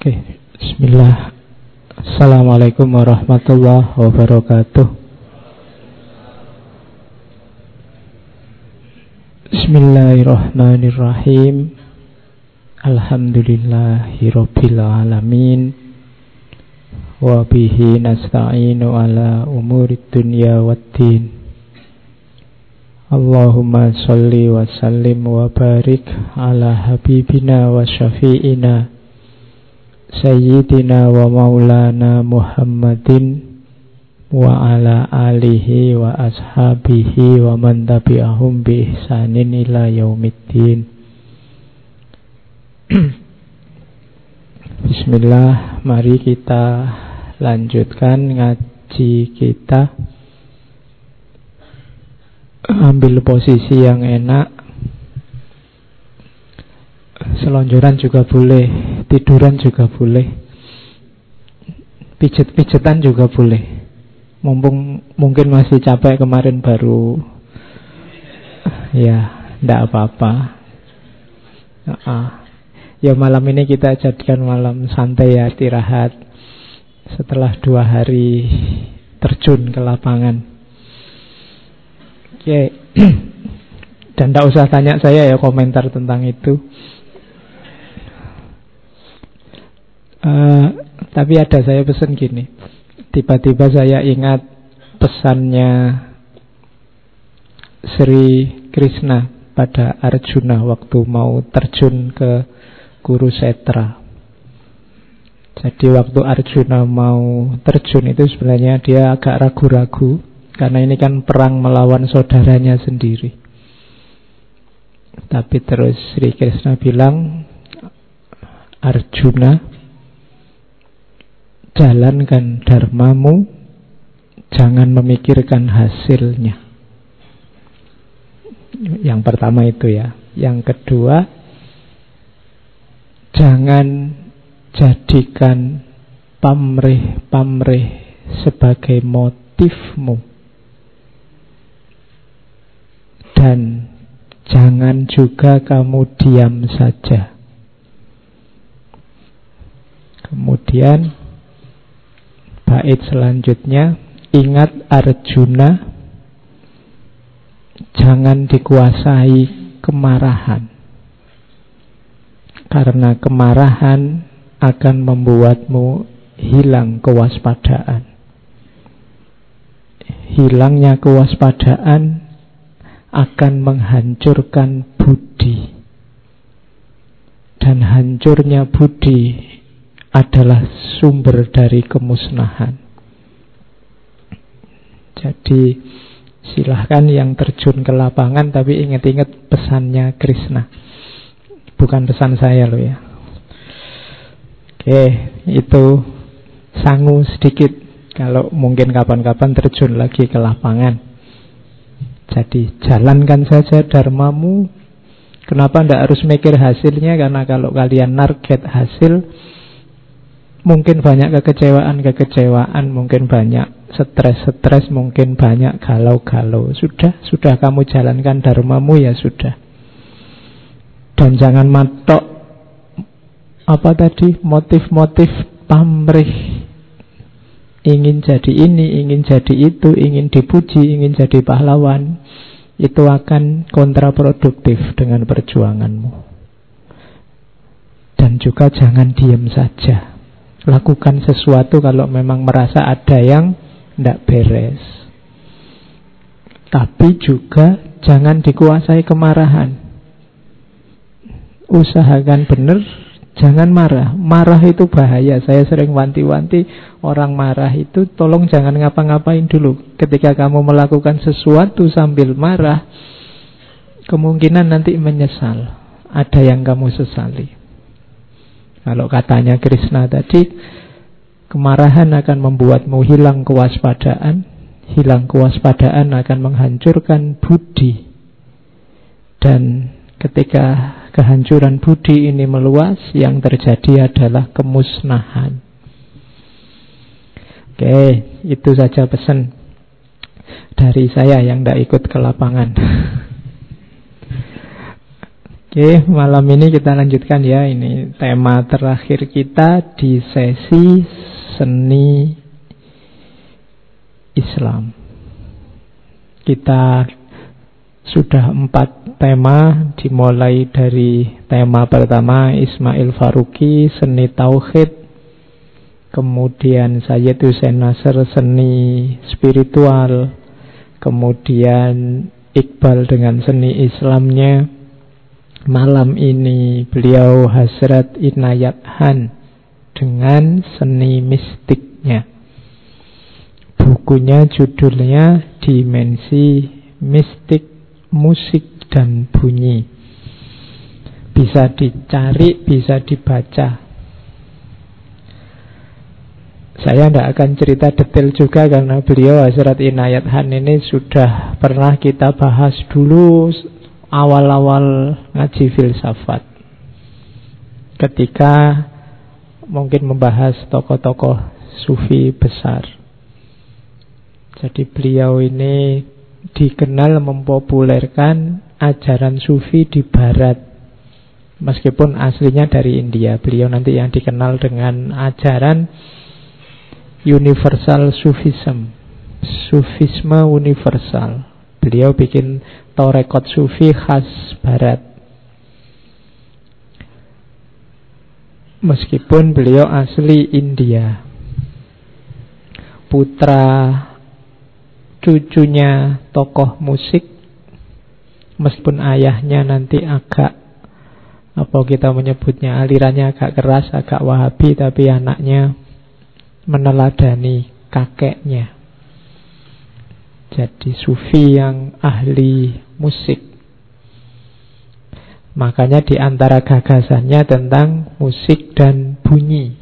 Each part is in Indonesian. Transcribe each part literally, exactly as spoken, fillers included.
Oke, bismillah. Assalamualaikum warahmatullahi wabarakatuh. Bismillahirrahmanirrahim. Alhamdulillahirabbil alamin. Wa bihi nasta'inu ala umurid dunya waddin. Allahumma sholli wa sallim wa barik ala habibina wa syafi'ina Sayyidina wa maulana Muhammadin wa ala alihi wa ashabihi wa man tabi'ahum bi ihsanin ila yaumiddin. Bismillah, mari kita lanjutkan ngaji kita. Ambil posisi yang enak. Selonjoran juga boleh, tiduran juga boleh, pijet-pijetan juga boleh. Mumpung mungkin masih capek kemarin baru, ya, ndak apa-apa. uh-uh. Ya malam ini kita jadikan malam santai ya, istirahat setelah dua hari terjun ke lapangan. Oke. Okay. Dan ndak usah tanya saya ya komentar tentang itu. Uh, tapi ada saya pesan gini. Tiba-tiba saya ingat pesannya Sri Krishna pada Arjuna waktu mau terjun ke Kurukshetra. Jadi waktu Arjuna mau terjun itu sebenarnya dia agak ragu-ragu, karena ini kan perang melawan saudaranya sendiri. Tapi terus Sri Krishna bilang, Arjuna, jalankan dharmamu, jangan memikirkan hasilnya. Yang pertama itu ya. Yang kedua, jangan jadikan pamrih-pamrih sebagai motifmu. Dan jangan juga kamu diam saja. Kemudian bait selanjutnya, ingat Arjuna, jangan dikuasai kemarahan, karena kemarahan akan membuatmu hilang kewaspadaan. Hilangnya kewaspadaan akan menghancurkan budi, dan hancurnya budi adalah sumber dari kemusnahan. Jadi silahkan yang terjun ke lapangan, tapi ingat-ingat pesannya Krishna, bukan pesan saya loh ya. Oke, itu sangu sedikit kalau mungkin kapan-kapan terjun lagi ke lapangan. Jadi jalankan saja dharmamu. Kenapa tidak harus mikir hasilnya? Karena kalau kalian target hasil, mungkin banyak kekecewaan-kekecewaan, mungkin banyak stres-stres, mungkin banyak galau-galau. Sudah, sudah kamu jalankan dharmamu ya sudah. Dan jangan matok apa tadi, motif-motif pamrih. Ingin jadi ini, ingin jadi itu, ingin dipuji, ingin jadi pahlawan. Itu akan kontraproduktif dengan perjuanganmu. Dan juga jangan diam saja. Lakukan sesuatu kalau memang merasa ada yang tidak beres. Tapi juga jangan dikuasai kemarahan. Usahakan benar, jangan marah. Marah itu bahaya. Saya sering wanti-wanti orang marah itu, tolong jangan ngapa-ngapain dulu. Ketika kamu melakukan sesuatu sambil marah, kemungkinan nanti menyesal. Ada yang kamu sesali. Kalau katanya Krishna tadi, kemarahan akan membuatmu hilang kewaspadaan. Hilang kewaspadaan akan menghancurkan budi. Dan ketika kehancuran budi ini meluas, yang terjadi adalah kemusnahan. Oke, itu saja pesan dari saya yang tidak ikut ke lapangan. Oke, malam ini kita lanjutkan ya. Ini tema terakhir kita di sesi seni Islam. Kita sudah empat tema, dimulai dari tema pertama Ismail Faruqi, seni tauhid. Kemudian Sayyid Hussein Nasr, seni spiritual. Kemudian Iqbal dengan seni Islamnya. Malam ini beliau Hasrat Inayat Han dengan seni mistiknya. Bukunya judulnya Dimensi Mistik Musik dan Bunyi. Bisa dicari, bisa dibaca. Saya tidak akan cerita detail juga karena beliau Hasrat Inayat Han ini sudah pernah kita bahas dulu awal-awal ngaji filsafat, ketika mungkin membahas tokoh-tokoh sufi besar. Jadi beliau ini dikenal mempopulerkan ajaran sufi di barat, meskipun aslinya dari India. Beliau nanti yang dikenal dengan ajaran Universal Sufism, Sufisme universal. Beliau bikin torekot sufi khas barat, meskipun beliau asli India. Putra cucunya tokoh musik, meskipun ayahnya nanti agak, apa kita menyebutnya, alirannya agak keras, agak wahabi, tapi anaknya meneladani kakeknya. Jadi sufi yang ahli musik. Makanya di antara gagasannya tentang musik dan bunyi,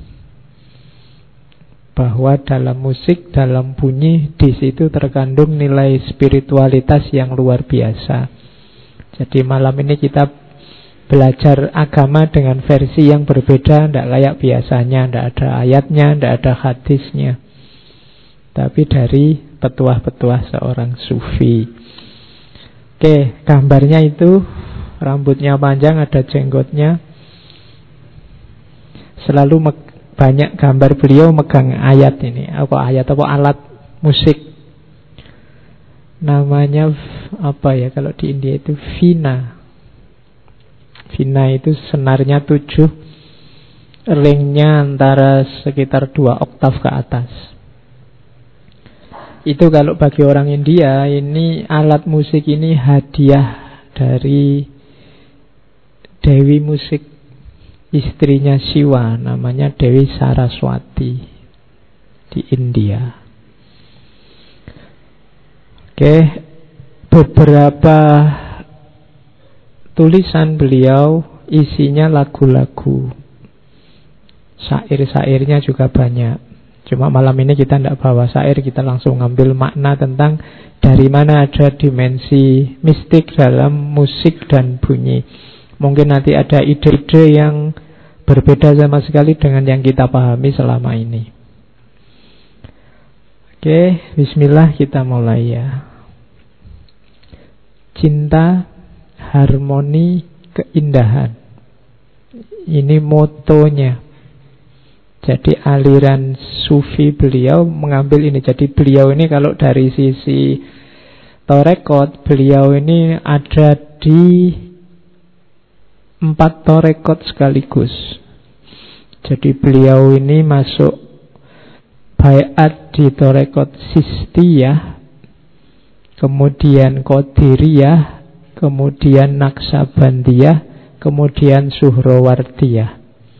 bahwa dalam musik, dalam bunyi, di situ terkandung nilai spiritualitas yang luar biasa. Jadi malam ini kita belajar agama dengan versi yang berbeda, tidak kayak biasanya, tidak ada ayatnya, tidak ada hadisnya, tapi dari petuah-petuah seorang sufi. Oke, gambarnya itu rambutnya panjang, ada jenggotnya. Selalu banyak gambar beliau megang ayat ini. Apa ayat, apa alat musik. Namanya apa ya kalau di India itu vina. Vina itu senarnya tujuh, ringnya antara sekitar dua oktav ke atas. Itu kalau bagi orang India, ini alat musik ini hadiah dari Dewi musik, istrinya Siwa, namanya Dewi Saraswati di India. Oke, beberapa tulisan beliau isinya lagu-lagu, syair-syairnya juga banyak. Cuma malam ini kita tidak bawa syair, kita langsung ngambil makna tentang dari mana ada dimensi mistik dalam musik dan bunyi. Mungkin nanti ada ide-ide yang berbeda sama sekali dengan yang kita pahami selama ini. Oke, bismillah, kita mulai ya. Cinta, harmoni, keindahan. Ini motonya. Jadi aliran sufi beliau mengambil ini. Jadi beliau ini kalau dari sisi torekot, beliau ini ada di empat torekot sekaligus. Jadi beliau ini masuk baiat di torekot Sistiyah, kemudian Qadiriyah, kemudian Naksabandiyah, kemudian Suhrawardiyah.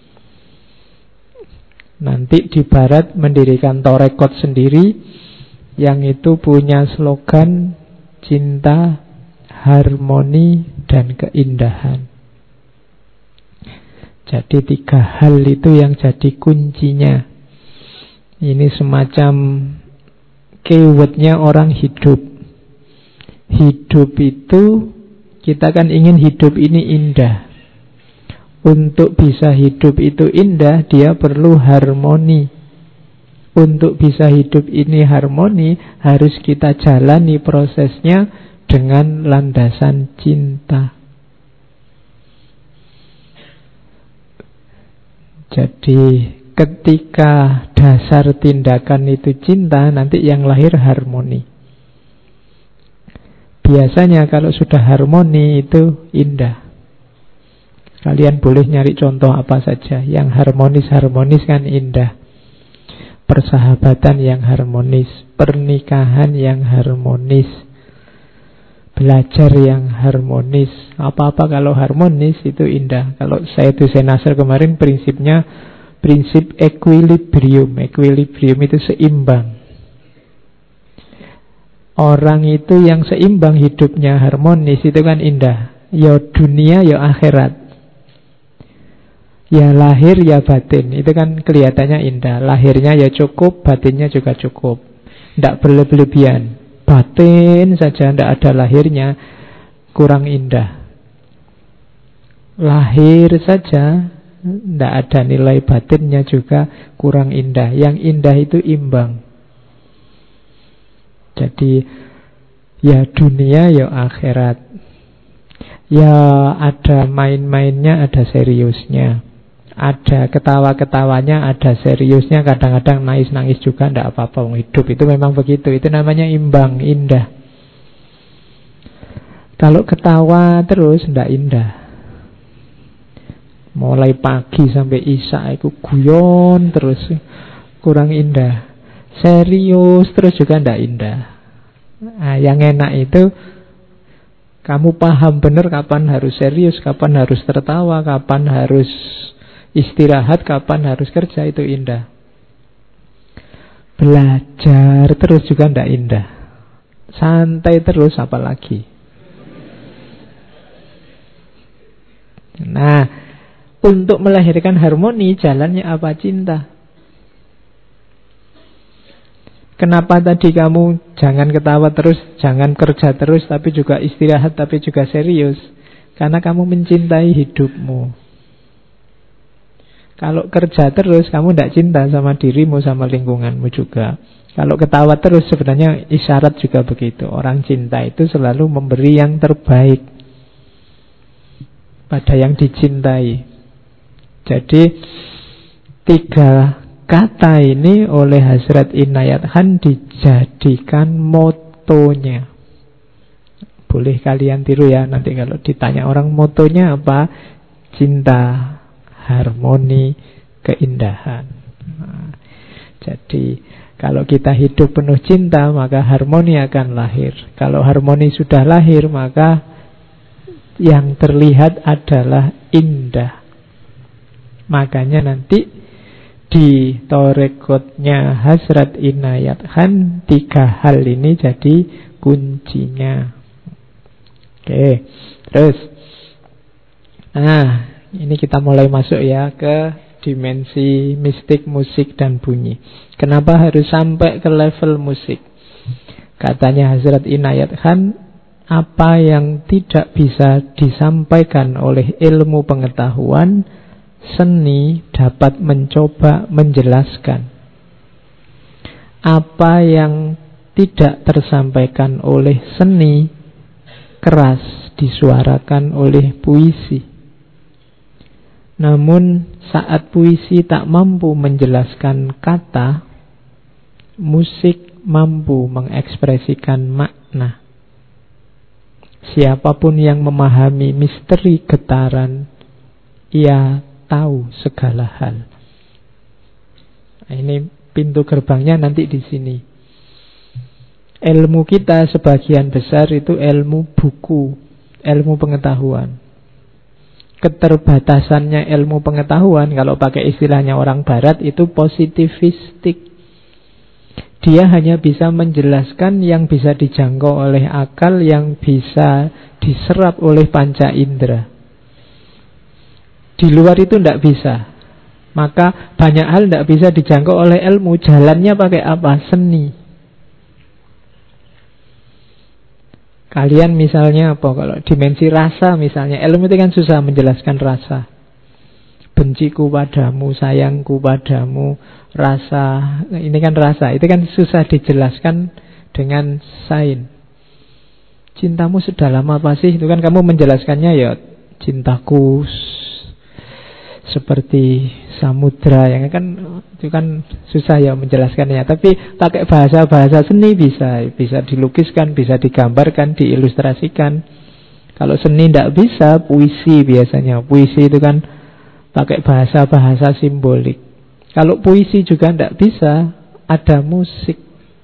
Nanti di barat mendirikan torekot sendiri, yang itu punya slogan cinta, harmoni, dan keindahan. Jadi tiga hal itu yang jadi kuncinya. Ini semacam keywordnya orang hidup. Hidup itu, kita kan ingin hidup ini indah. Untuk bisa hidup itu indah, dia perlu harmoni. Untuk bisa hidup ini harmoni, harus kita jalani prosesnya dengan landasan cinta. Jadi ketika dasar tindakan itu cinta, nanti yang lahir harmoni. Biasanya kalau sudah harmoni itu indah. Kalian boleh nyari contoh apa saja. Yang harmonis-harmonis kan indah. Persahabatan yang harmonis, pernikahan yang harmonis, belajar yang harmonis. Apa-apa kalau harmonis itu indah. Kalau saya dosen Nasr kemarin prinsipnya prinsip equilibrium. Equilibrium itu seimbang. Orang itu yang seimbang hidupnya harmonis itu kan indah. Ya dunia ya akhirat. Ya lahir ya batin. Itu kan kelihatannya indah. Lahirnya ya cukup, batinnya juga cukup. Tidak berlebihan. Batin saja tidak ada lahirnya, kurang indah. Lahir saja tidak ada nilai batinnya juga kurang indah. Yang indah itu imbang. Jadi ya dunia ya akhirat. Ya ada main-mainnya, ada seriusnya. Ada ketawa-ketawanya, ada seriusnya. Kadang-kadang nangis-nangis juga, tidak apa-apa. Hidup itu memang begitu. Itu namanya imbang, indah. Kalau ketawa terus tidak indah. Mulai pagi sampai isya itu guyon terus, kurang indah. Serius terus juga tidak indah. Nah, yang enak itu kamu paham benar kapan harus serius, kapan harus tertawa, kapan harus istirahat, kapan harus kerja, itu indah. Belajar terus juga tidak indah. Santai terus apalagi. Nah, untuk melahirkan harmoni jalannya apa? Cinta. Kenapa tadi kamu jangan ketawa terus, jangan kerja terus, tapi juga istirahat, tapi juga serius? Karena kamu mencintai hidupmu. Kalau kerja terus, kamu tidak cinta sama dirimu, sama lingkunganmu juga. Kalau ketawa terus, sebenarnya isyarat juga begitu. Orang cinta itu selalu memberi yang terbaik pada yang dicintai. Jadi tiga kata ini oleh Hazrat Inayat Khan dijadikan motonya. Boleh kalian tiru ya, nanti kalau ditanya orang motonya apa? Cinta, harmoni, keindahan. Nah, jadi kalau kita hidup penuh cinta, maka harmoni akan lahir. Kalau harmoni sudah lahir, maka yang terlihat adalah indah. Makanya nanti di torekotnya Hazrat Inayat Khan, tiga hal ini jadi kuncinya. Oke, terus nah, ini kita mulai masuk ya ke dimensi mistik musik dan bunyi. Kenapa harus sampai ke level musik? Katanya Hazrat Inayat Khan, apa yang tidak bisa disampaikan oleh ilmu pengetahuan, seni dapat mencoba menjelaskan. Apa yang tidak tersampaikan oleh seni, keras disuarakan oleh puisi. Namun saat puisi tak mampu menjelaskan kata, musik mampu mengekspresikan makna. Siapapun yang memahami misteri getaran, ia tahu segala hal. Nah, ini pintu gerbangnya nanti di sini. Ilmu kita sebagian besar itu ilmu buku, ilmu pengetahuan. Keterbatasannya ilmu pengetahuan, kalau pakai istilahnya orang barat, itu positivistik. Dia hanya bisa menjelaskan yang bisa dijangkau oleh akal, yang bisa diserap oleh panca indera. Di luar itu tidak bisa. Maka banyak hal tidak bisa dijangkau oleh ilmu. Jalannya pakai apa? Seni. Kalian misalnya apa? Kalau dimensi rasa misalnya, ilmu itu kan susah menjelaskan rasa. Benciku padamu, sayangku padamu, rasa, ini kan rasa. Itu kan susah dijelaskan dengan sains. Cintamu sedalam apa sih? Itu kan kamu menjelaskannya ya, cintaku seperti samudra, yang kan itu kan susah ya menjelaskannya. Tapi pakai bahasa-bahasa seni bisa, bisa dilukiskan, bisa digambarkan, diilustrasikan. Kalau seni tidak bisa, puisi biasanya. Puisi itu kan pakai bahasa-bahasa simbolik. Kalau puisi juga tidak bisa, ada musik.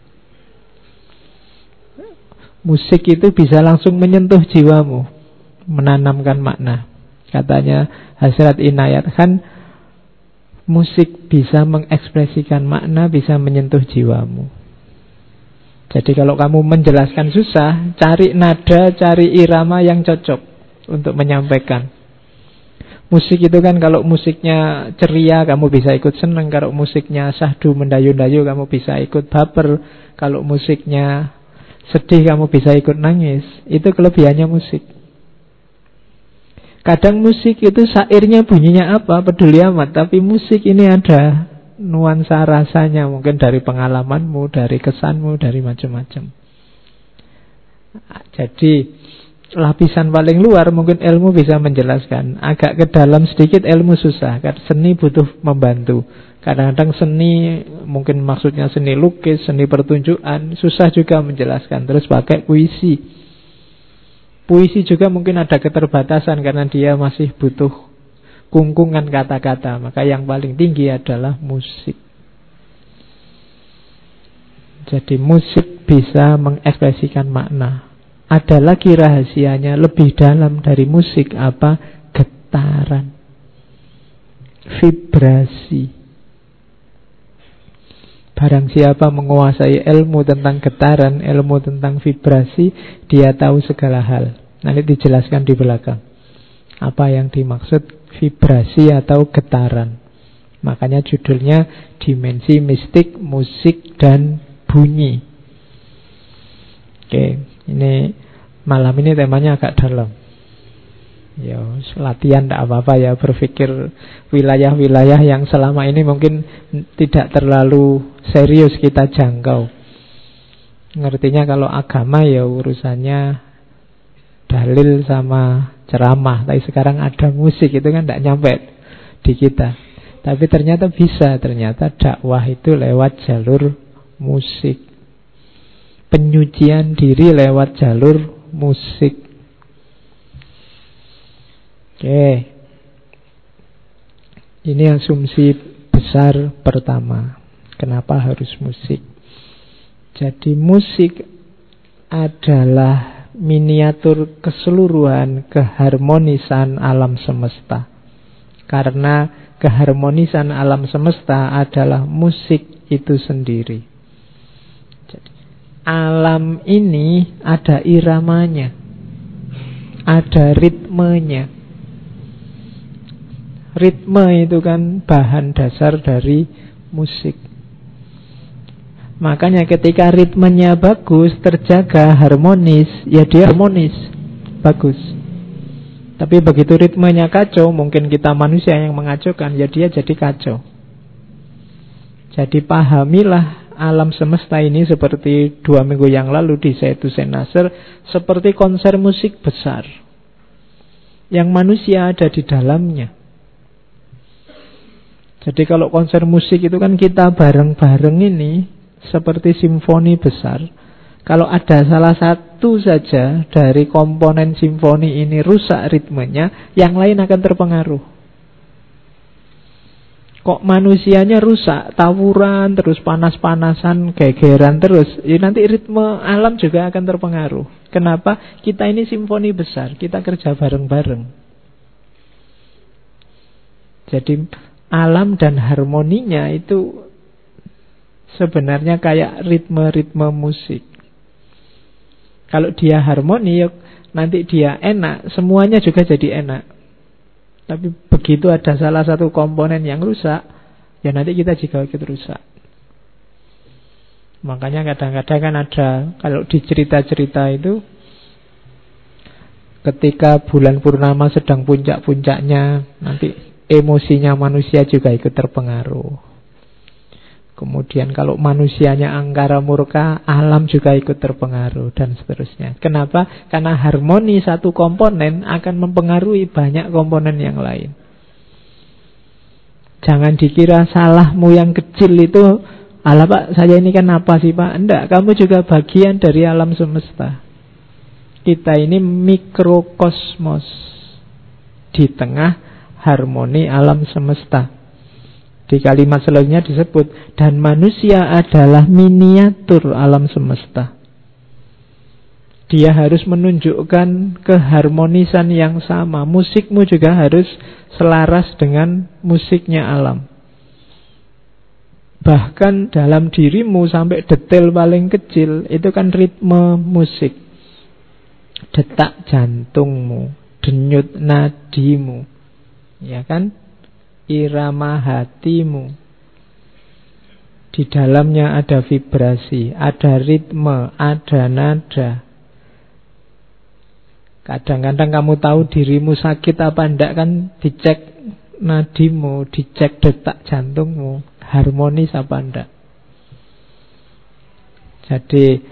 Musik itu bisa langsung menyentuh jiwamu, menanamkan makna. Katanya Hasrat Inayat Khan, musik bisa mengekspresikan makna, bisa menyentuh jiwamu. Jadi kalau kamu menjelaskan susah, cari nada, cari irama yang cocok untuk menyampaikan. Musik itu kan kalau musiknya ceria kamu bisa ikut seneng, kalau musiknya syahdu mendayu-dayu kamu bisa ikut baper, kalau musiknya sedih kamu bisa ikut nangis. Itu kelebihannya musik. Kadang musik itu syairnya bunyinya apa peduli amat, tapi musik ini ada nuansa rasanya, mungkin dari pengalamanmu, dari kesanmu, dari macam-macam. Jadi lapisan paling luar mungkin ilmu bisa menjelaskan, agak ke dalam sedikit ilmu susah. Karena seni butuh membantu. Kadang-kadang seni mungkin maksudnya seni lukis, seni pertunjukan, susah juga menjelaskan. Terus pakai puisi. Puisi juga mungkin ada keterbatasan karena dia masih butuh kungkungan kata-kata. Maka yang paling tinggi adalah musik. Jadi musik bisa mengekspresikan makna. Ada lagi rahasianya lebih dalam dari musik, apa? Getaran, vibrasi. Barang siapa menguasai ilmu tentang getaran, ilmu tentang vibrasi, dia tahu segala hal. Nanti dijelaskan di belakang apa yang dimaksud vibrasi atau getaran. Makanya judulnya Dimensi Mistik, Musik dan Bunyi. Oke, ini malam ini temanya agak dalam. Ya, latihan tidak apa-apa ya, berpikir wilayah-wilayah yang selama ini mungkin tidak terlalu serius kita jangkau. Ngertinya kalau agama ya urusannya dalil sama ceramah, tapi sekarang ada musik, itu kan tidak nyampe di kita. Tapi ternyata bisa, ternyata dakwah itu lewat jalur musik. Penyucian diri lewat jalur musik. Oke, ini asumsi besar pertama. Kenapa harus musik? Jadi musik adalah miniatur keseluruhan keharmonisan alam semesta. Karena keharmonisan alam semesta adalah musik itu sendiri. Jadi, alam ini ada iramanya, ada ritmenya. Ritme itu kan bahan dasar dari musik. Makanya ketika ritmenya bagus, terjaga, harmonis, ya dia harmonis, bagus. Tapi begitu ritmenya kacau, mungkin kita manusia yang mengacaukan, ya dia jadi kacau. Jadi pahamilah alam semesta ini seperti dua minggu yang lalu di Zaitu Senasar, seperti konser musik besar yang manusia ada di dalamnya. Jadi kalau konser musik itu kan kita bareng-bareng ini seperti simfoni besar. Kalau ada salah satu saja dari komponen simfoni ini rusak ritmenya, yang lain akan terpengaruh. Kok manusianya rusak, tawuran, terus panas-panasan, gegeran terus, ya nanti ritme alam juga akan terpengaruh. Kenapa? Kita ini simfoni besar, kita kerja bareng-bareng. Jadi alam dan harmoninya itu sebenarnya kayak ritme-ritme musik. Kalau dia harmoni, nanti dia enak, semuanya juga jadi enak. Tapi begitu ada salah satu komponen yang rusak, ya nanti kita juga ikut rusak. Makanya kadang-kadang kan ada, kalau di cerita-cerita itu, ketika bulan purnama sedang puncak-puncaknya, nanti emosinya manusia juga ikut terpengaruh. Kemudian kalau manusianya angkara murka, alam juga ikut terpengaruh, dan seterusnya. Kenapa? Karena harmoni satu komponen akan mempengaruhi banyak komponen yang lain. Jangan dikira salahmu yang kecil itu, alah Pak, saya ini kan apa sih Pak? Enggak, kamu juga bagian dari alam semesta. Kita ini mikrokosmos di tengah harmoni alam semesta. Di kalimat selanjutnya disebut, dan manusia adalah miniatur alam semesta. Dia harus menunjukkan keharmonisan yang sama. Musikmu juga harus selaras dengan musiknya alam. Bahkan dalam dirimu sampai detail paling kecil, itu kan ritme musik. Detak jantungmu, denyut nadimu, ya kan? Irama hatimu. Di dalamnya ada vibrasi, ada ritme, ada nada. Kadang-kadang kamu tahu dirimu sakit apa enggak kan, dicek nadimu, dicek detak jantungmu, harmonis apa enggak. Jadi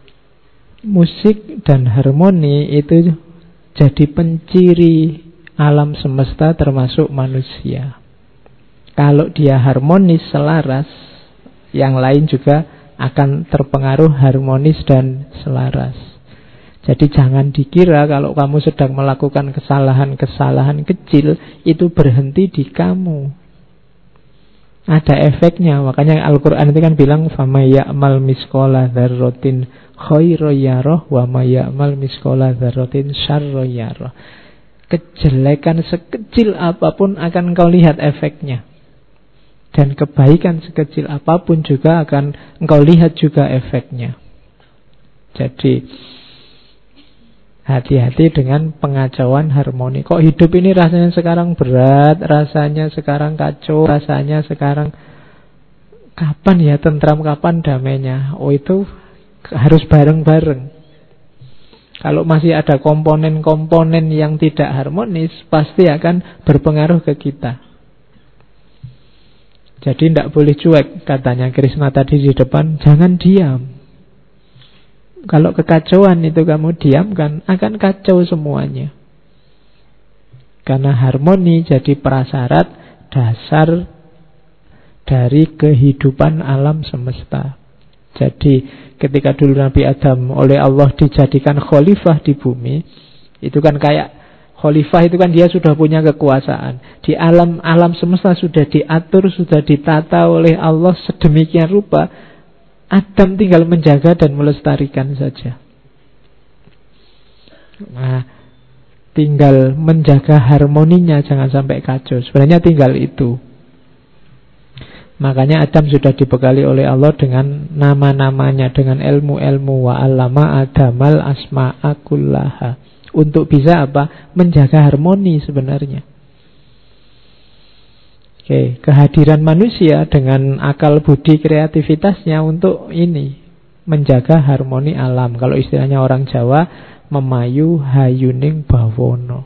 musik dan harmoni itu jadi penciri alam semesta termasuk manusia. Kalau dia harmonis, selaras, yang lain juga akan terpengaruh harmonis dan selaras. Jadi jangan dikira kalau kamu sedang melakukan kesalahan-kesalahan kecil itu berhenti di kamu. Ada efeknya. Makanya Al-Quran itu kan bilang فَمَا يَعْمَلْ مِسْقَالَ ذَرَّةٍ خَيْرًا يَرَهُ وَمَا يَعْمَلْ مِسْقَالَ ذَرَّةٍ شَرًّا يَرَهُ. Kejelekan sekecil apapun akan engkau lihat efeknya. Dan kebaikan sekecil apapun juga akan engkau lihat juga efeknya. Jadi hati-hati dengan pengacauan harmoni. Kok hidup ini rasanya sekarang berat, rasanya sekarang kacau, rasanya sekarang kapan ya tentram, kapan damainya? Oh, itu harus bareng-bareng. Kalau masih ada komponen-komponen yang tidak harmonis, pasti akan berpengaruh ke kita. Jadi tidak boleh cuek, katanya Krishna tadi di depan, jangan diam. Kalau kekacauan itu kamu diamkan, akan kacau semuanya. Karena harmoni jadi prasyarat dasar dari kehidupan alam semesta. Jadi ketika dulu Nabi Adam oleh Allah dijadikan khalifah di bumi, itu kan kayak khalifah itu kan dia sudah punya kekuasaan. Di alam alam semesta sudah diatur, sudah ditata oleh Allah sedemikian rupa. Adam tinggal menjaga dan melestarikan saja. Nah, tinggal menjaga harmoninya, jangan sampai kacau. Sebenarnya tinggal itu. Makanya Adam sudah dibekali oleh Allah dengan nama-namanya, dengan ilmu-ilmu. Wa allama Adamal asma'a kullaha. Untuk bisa apa? Menjaga harmoni sebenarnya. Oke, kehadiran manusia dengan akal budi kreativitasnya untuk ini, menjaga harmoni alam. Kalau istilahnya orang Jawa, memayu hayuning bawono.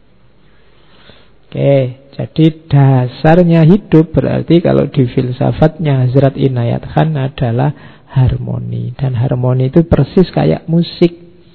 Oke, jadi dasarnya hidup berarti kalau di filsafatnya Hazrat Inayat Khan adalah harmoni. Dan harmoni itu persis kayak musik.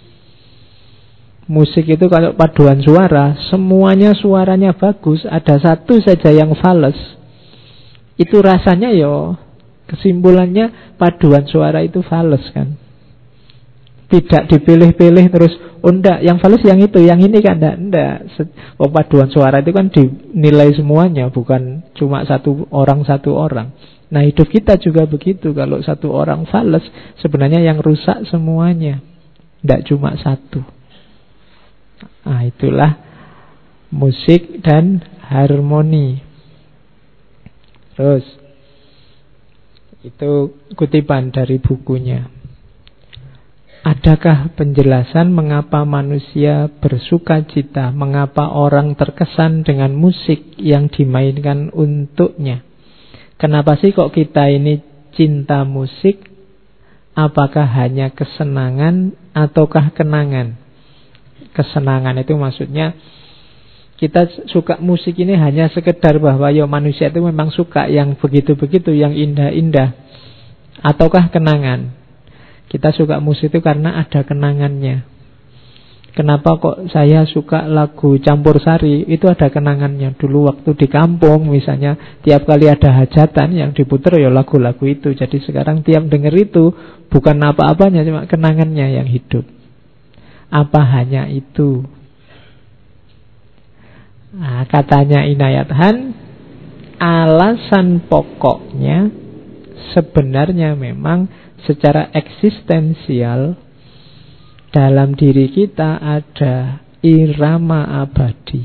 Musik itu kalau paduan suara, semuanya suaranya bagus, ada satu saja yang fales, itu rasanya yo, kesimpulannya paduan suara itu fales kan. Tidak dipilih-pilih terus, oh enggak, yang fales yang itu, yang ini kan enggak, enggak. Oh, paduan suara itu kan dinilai semuanya, bukan cuma satu orang satu orang. Nah, hidup kita juga begitu. Kalau satu orang fales, sebenarnya yang rusak semuanya, enggak cuma satu. Nah, itulah musik dan harmoni. Terus itu kutipan dari bukunya. Adakah penjelasan mengapa manusia bersuka cita, mengapa orang terkesan dengan musik yang dimainkan untuknya? Kenapa sih kok kita ini cinta musik? Apakah hanya kesenangan ataukah kenangan? Kesenangan itu maksudnya kita suka musik ini hanya sekedar bahwa ya manusia itu memang suka yang begitu-begitu, yang indah-indah. Ataukah kenangan? Kita suka musik itu karena ada kenangannya. Kenapa kok saya suka lagu Campursari? Itu ada kenangannya. Dulu waktu di kampung misalnya, tiap kali ada hajatan yang diputer ya lagu-lagu itu. Jadi sekarang tiap denger itu bukan apa-apanya, cuma kenangannya yang hidup. Apa hanya itu? Nah, katanya Inayat Han, alasan pokoknya sebenarnya memang secara eksistensial dalam diri kita ada irama abadi.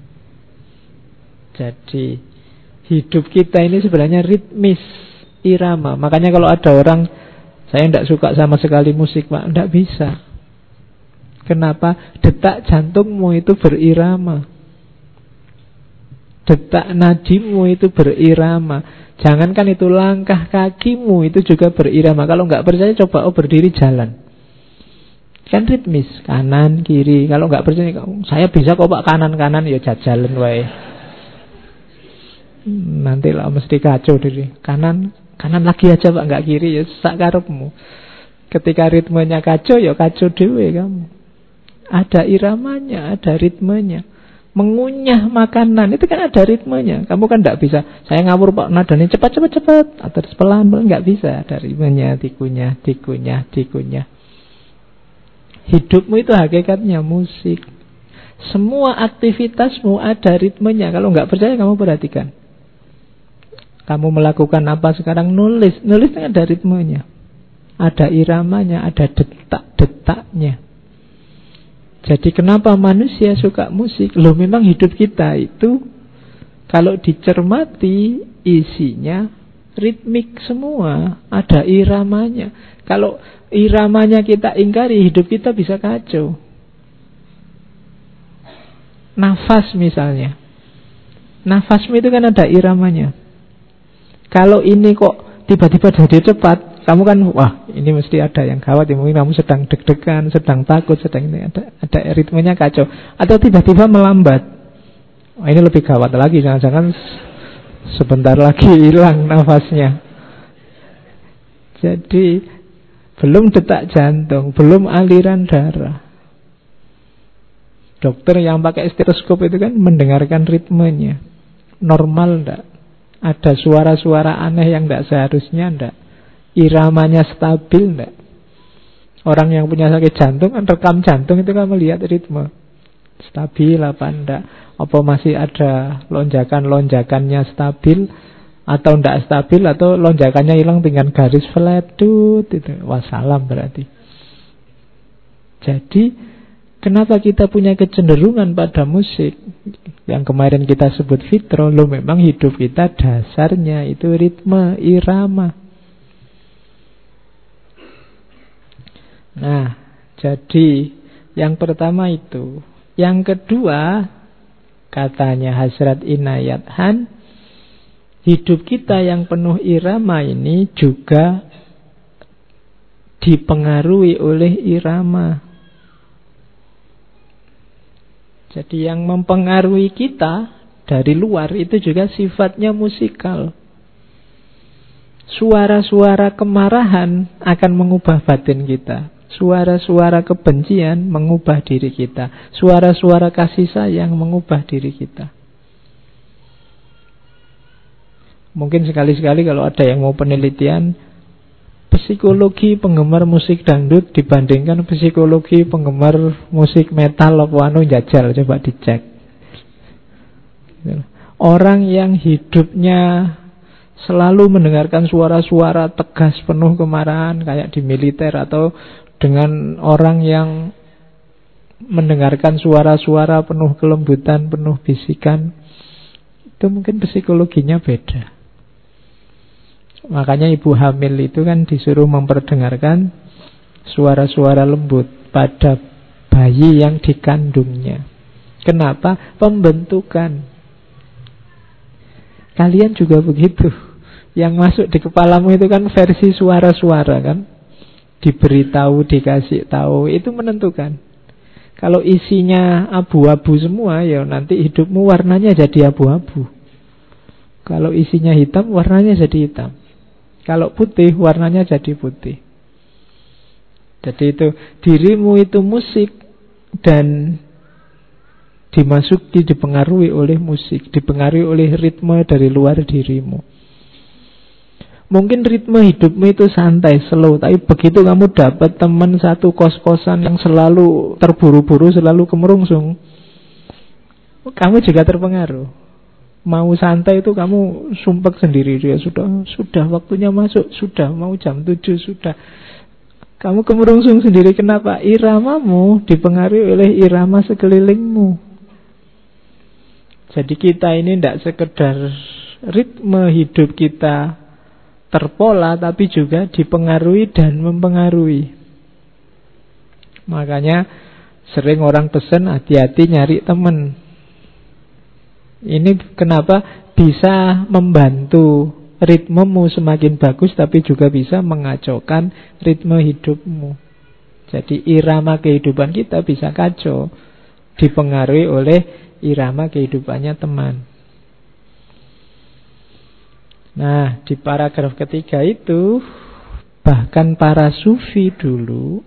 Jadi hidup kita ini sebenarnya ritmis, irama. Makanya kalau ada orang, saya tidak suka sama sekali musik, Pak, tidak bisa. Kenapa? Detak jantungmu itu berirama, detak nadimu itu berirama. Jangankan itu, langkah kakimu itu juga berirama. Kalau nggak percaya coba oh berdiri jalan, kan ritmis, kanan kiri. Kalau nggak percaya, saya bisa kok Pak kanan kanan, ya jajalan wae. Nanti lah mesti kacau diri. Kanan kanan lagi aja Pak, nggak kiri, ya sak karepmu. Ketika ritmenya kacau, ya kacau dewe kamu. Ada iramanya, ada ritmenya. Mengunyah makanan itu kan ada ritmenya. Kamu kan nggak bisa, saya ngawur Pak, nadanya cepat cepat cepat atau pelan pelan, nggak bisa. Ada ritmenya, dikunyah dikunyah dikunyah. Hidupmu itu hakikatnya musik. Semua aktivitasmu ada ritmenya. Kalau nggak percaya kamu perhatikan. Kamu melakukan apa sekarang? Nulis. Nulis itu ada ritmenya, ada iramanya, ada detak-detaknya. Jadi kenapa manusia suka musik? Loh, memang hidup kita itu kalau dicermati isinya ritmik semua, ada iramanya. Kalau iramanya kita ingkari, hidup kita bisa kacau. Nafas misalnya, nafasmu itu kan ada iramanya. Kalau ini kok tiba-tiba jadi cepat, kamu kan wah ini mesti ada yang gawat. Ya, mungkin kamu sedang deg-degan, sedang takut, sedang ini ada ada ritmenya kacau. Atau tiba-tiba melambat, wah ini lebih gawat lagi. Jangan-jangan sebentar lagi hilang nafasnya. Jadi belum detak jantung, belum aliran darah. Dokter yang pakai stetoskop itu kan mendengarkan ritmenya. Normal enggak? Ada suara-suara aneh yang enggak seharusnya enggak? Iramanya stabil enggak? Orang yang punya sakit jantung kan rekam jantung itu kan melihat ritme. Stabil apa enggak? Apa masih ada lonjakan-lonjakannya stabil atau enggak stabil, atau lonjakannya hilang dengan garis flat itu wassalam berarti. Jadi kenapa kita punya kecenderungan pada musik yang kemarin kita sebut fitro? Lo memang hidup kita dasarnya itu ritme, irama. Nah, jadi yang pertama itu. Yang kedua, katanya Hazrat Inayat Han, hidup kita yang penuh irama ini juga dipengaruhi oleh irama. Jadi yang mempengaruhi kita dari luar itu juga sifatnya musikal. Suara-suara kemarahan akan mengubah batin kita. Suara-suara kebencian mengubah diri kita. Suara-suara kasih sayang mengubah diri kita. Mungkin sekali-sekali kalau ada yang mau penelitian psikologi penggemar musik dangdut dibandingkan psikologi penggemar musik metal apa anu, jajal, coba dicek. Orang yang hidupnya selalu mendengarkan suara-suara tegas penuh kemarahan kayak di militer, atau dengan orang yang mendengarkan suara-suara penuh kelembutan, penuh bisikan, itu mungkin psikologinya beda. Makanya ibu hamil itu kan disuruh memperdengarkan suara-suara lembut pada bayi yang dikandungnya. Kenapa? Pembentukan. Kalian juga begitu. Yang masuk di kepalamu itu kan versi suara-suara kan. Diberitahu, dikasih tahu, itu menentukan. Kalau isinya abu-abu semua, ya nanti hidupmu warnanya jadi abu-abu. Kalau isinya hitam, warnanya jadi hitam. Kalau putih, warnanya jadi putih. Jadi itu, dirimu itu musik, dan dimasuki, dipengaruhi oleh musik, dipengaruhi oleh ritme dari luar dirimu. Mungkin ritme hidupmu itu santai, slow, tapi begitu kamu dapat teman satu kos-kosan yang selalu terburu-buru, selalu kemerungsung, kamu juga terpengaruh. Mau santai itu kamu sumpek sendiri, dia sudah sudah waktunya masuk, sudah mau jam tujuh, sudah. Kamu kemerungsung sendiri. Kenapa? Iramamu dipengaruhi oleh irama sekelilingmu. Jadi kita ini tidak sekedar ritme hidup kita terpola, tapi juga dipengaruhi dan mempengaruhi. Makanya sering orang pesan hati-hati nyari teman. Ini kenapa bisa membantu ritmemu semakin bagus, tapi juga bisa mengacaukan ritme hidupmu. Jadi irama kehidupan kita bisa kacau, dipengaruhi oleh irama kehidupannya teman. Nah, di paragraf ketiga itu, bahkan para sufi dulu,